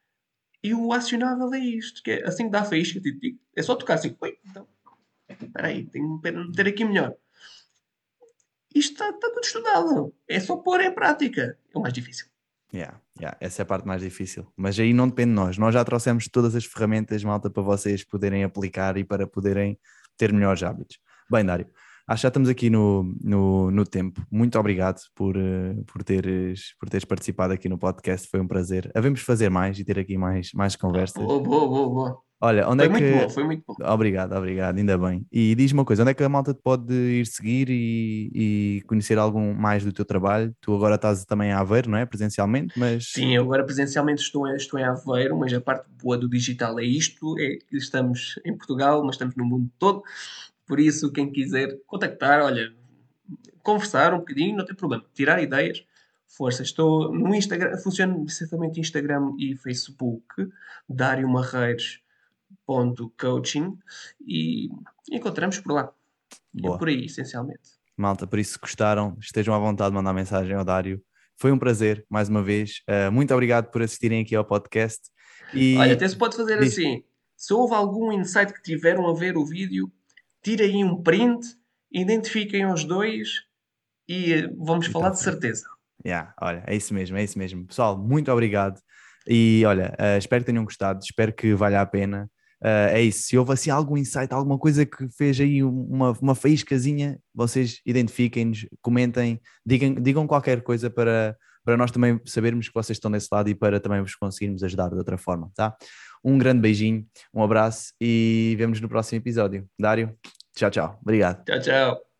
E o acionável é isto, que é assim que dá a faísca, é só tocar assim, oi, então, espera aí, tenho que meter aqui melhor. Isto está tudo estudado. É só pôr em prática. É o mais difícil. Yeah, yeah. Essa é a parte mais difícil. Mas aí não depende de nós. Nós já trouxemos todas as ferramentas, malta, para vocês poderem aplicar e para poderem ter melhores hábitos. Bem, Dário, Acho que já estamos aqui no tempo. Muito obrigado por teres participado aqui no podcast. Foi um prazer. Havemos fazer mais e ter aqui mais conversas. Boa, boa, boa, boa. Olha, onde Foi é muito bom, que. foi muito bom. Obrigado, obrigado, ainda bem. E diz-me uma coisa, onde é que a malta te pode ir seguir e conhecer algum mais do teu trabalho? Tu agora estás também a Aveiro, não é? Presencialmente, mas. Sim, eu agora presencialmente estou em Aveiro, mas a parte boa do digital é isto, é que estamos em Portugal, mas estamos no mundo todo. Por isso, quem quiser contactar, olha, conversar um bocadinho, não tem problema. Tirar ideias, força. Estou no Instagram, funciona essencialmente Instagram e Facebook, dariomarreiros.coaching e encontramos por lá. E é Boa. por aí, essencialmente. Malta, por isso, se gostaram, estejam à vontade de mandar mensagem ao Dário. Foi um prazer, mais uma vez. Muito obrigado por assistirem aqui ao podcast. Olha, E até se pode fazer diz, assim. Se houve algum insight que tiveram a ver o vídeo, tirem um print, identifiquem os dois e vamos e está falar de feito. certeza. Yeah, olha, é isso mesmo, é isso mesmo. Pessoal, muito obrigado. E olha, espero que tenham gostado, espero que valha a pena. É isso, se houve assim algum insight, alguma coisa que fez aí uma faíscazinha, vocês identifiquem-nos, comentem, digam qualquer coisa para nós também sabermos que vocês estão desse lado e para também vos conseguirmos ajudar de outra forma, tá? Um grande beijinho, um abraço e vemos no próximo episódio. Dário, tchau, tchau. Obrigado. Tchau, tchau.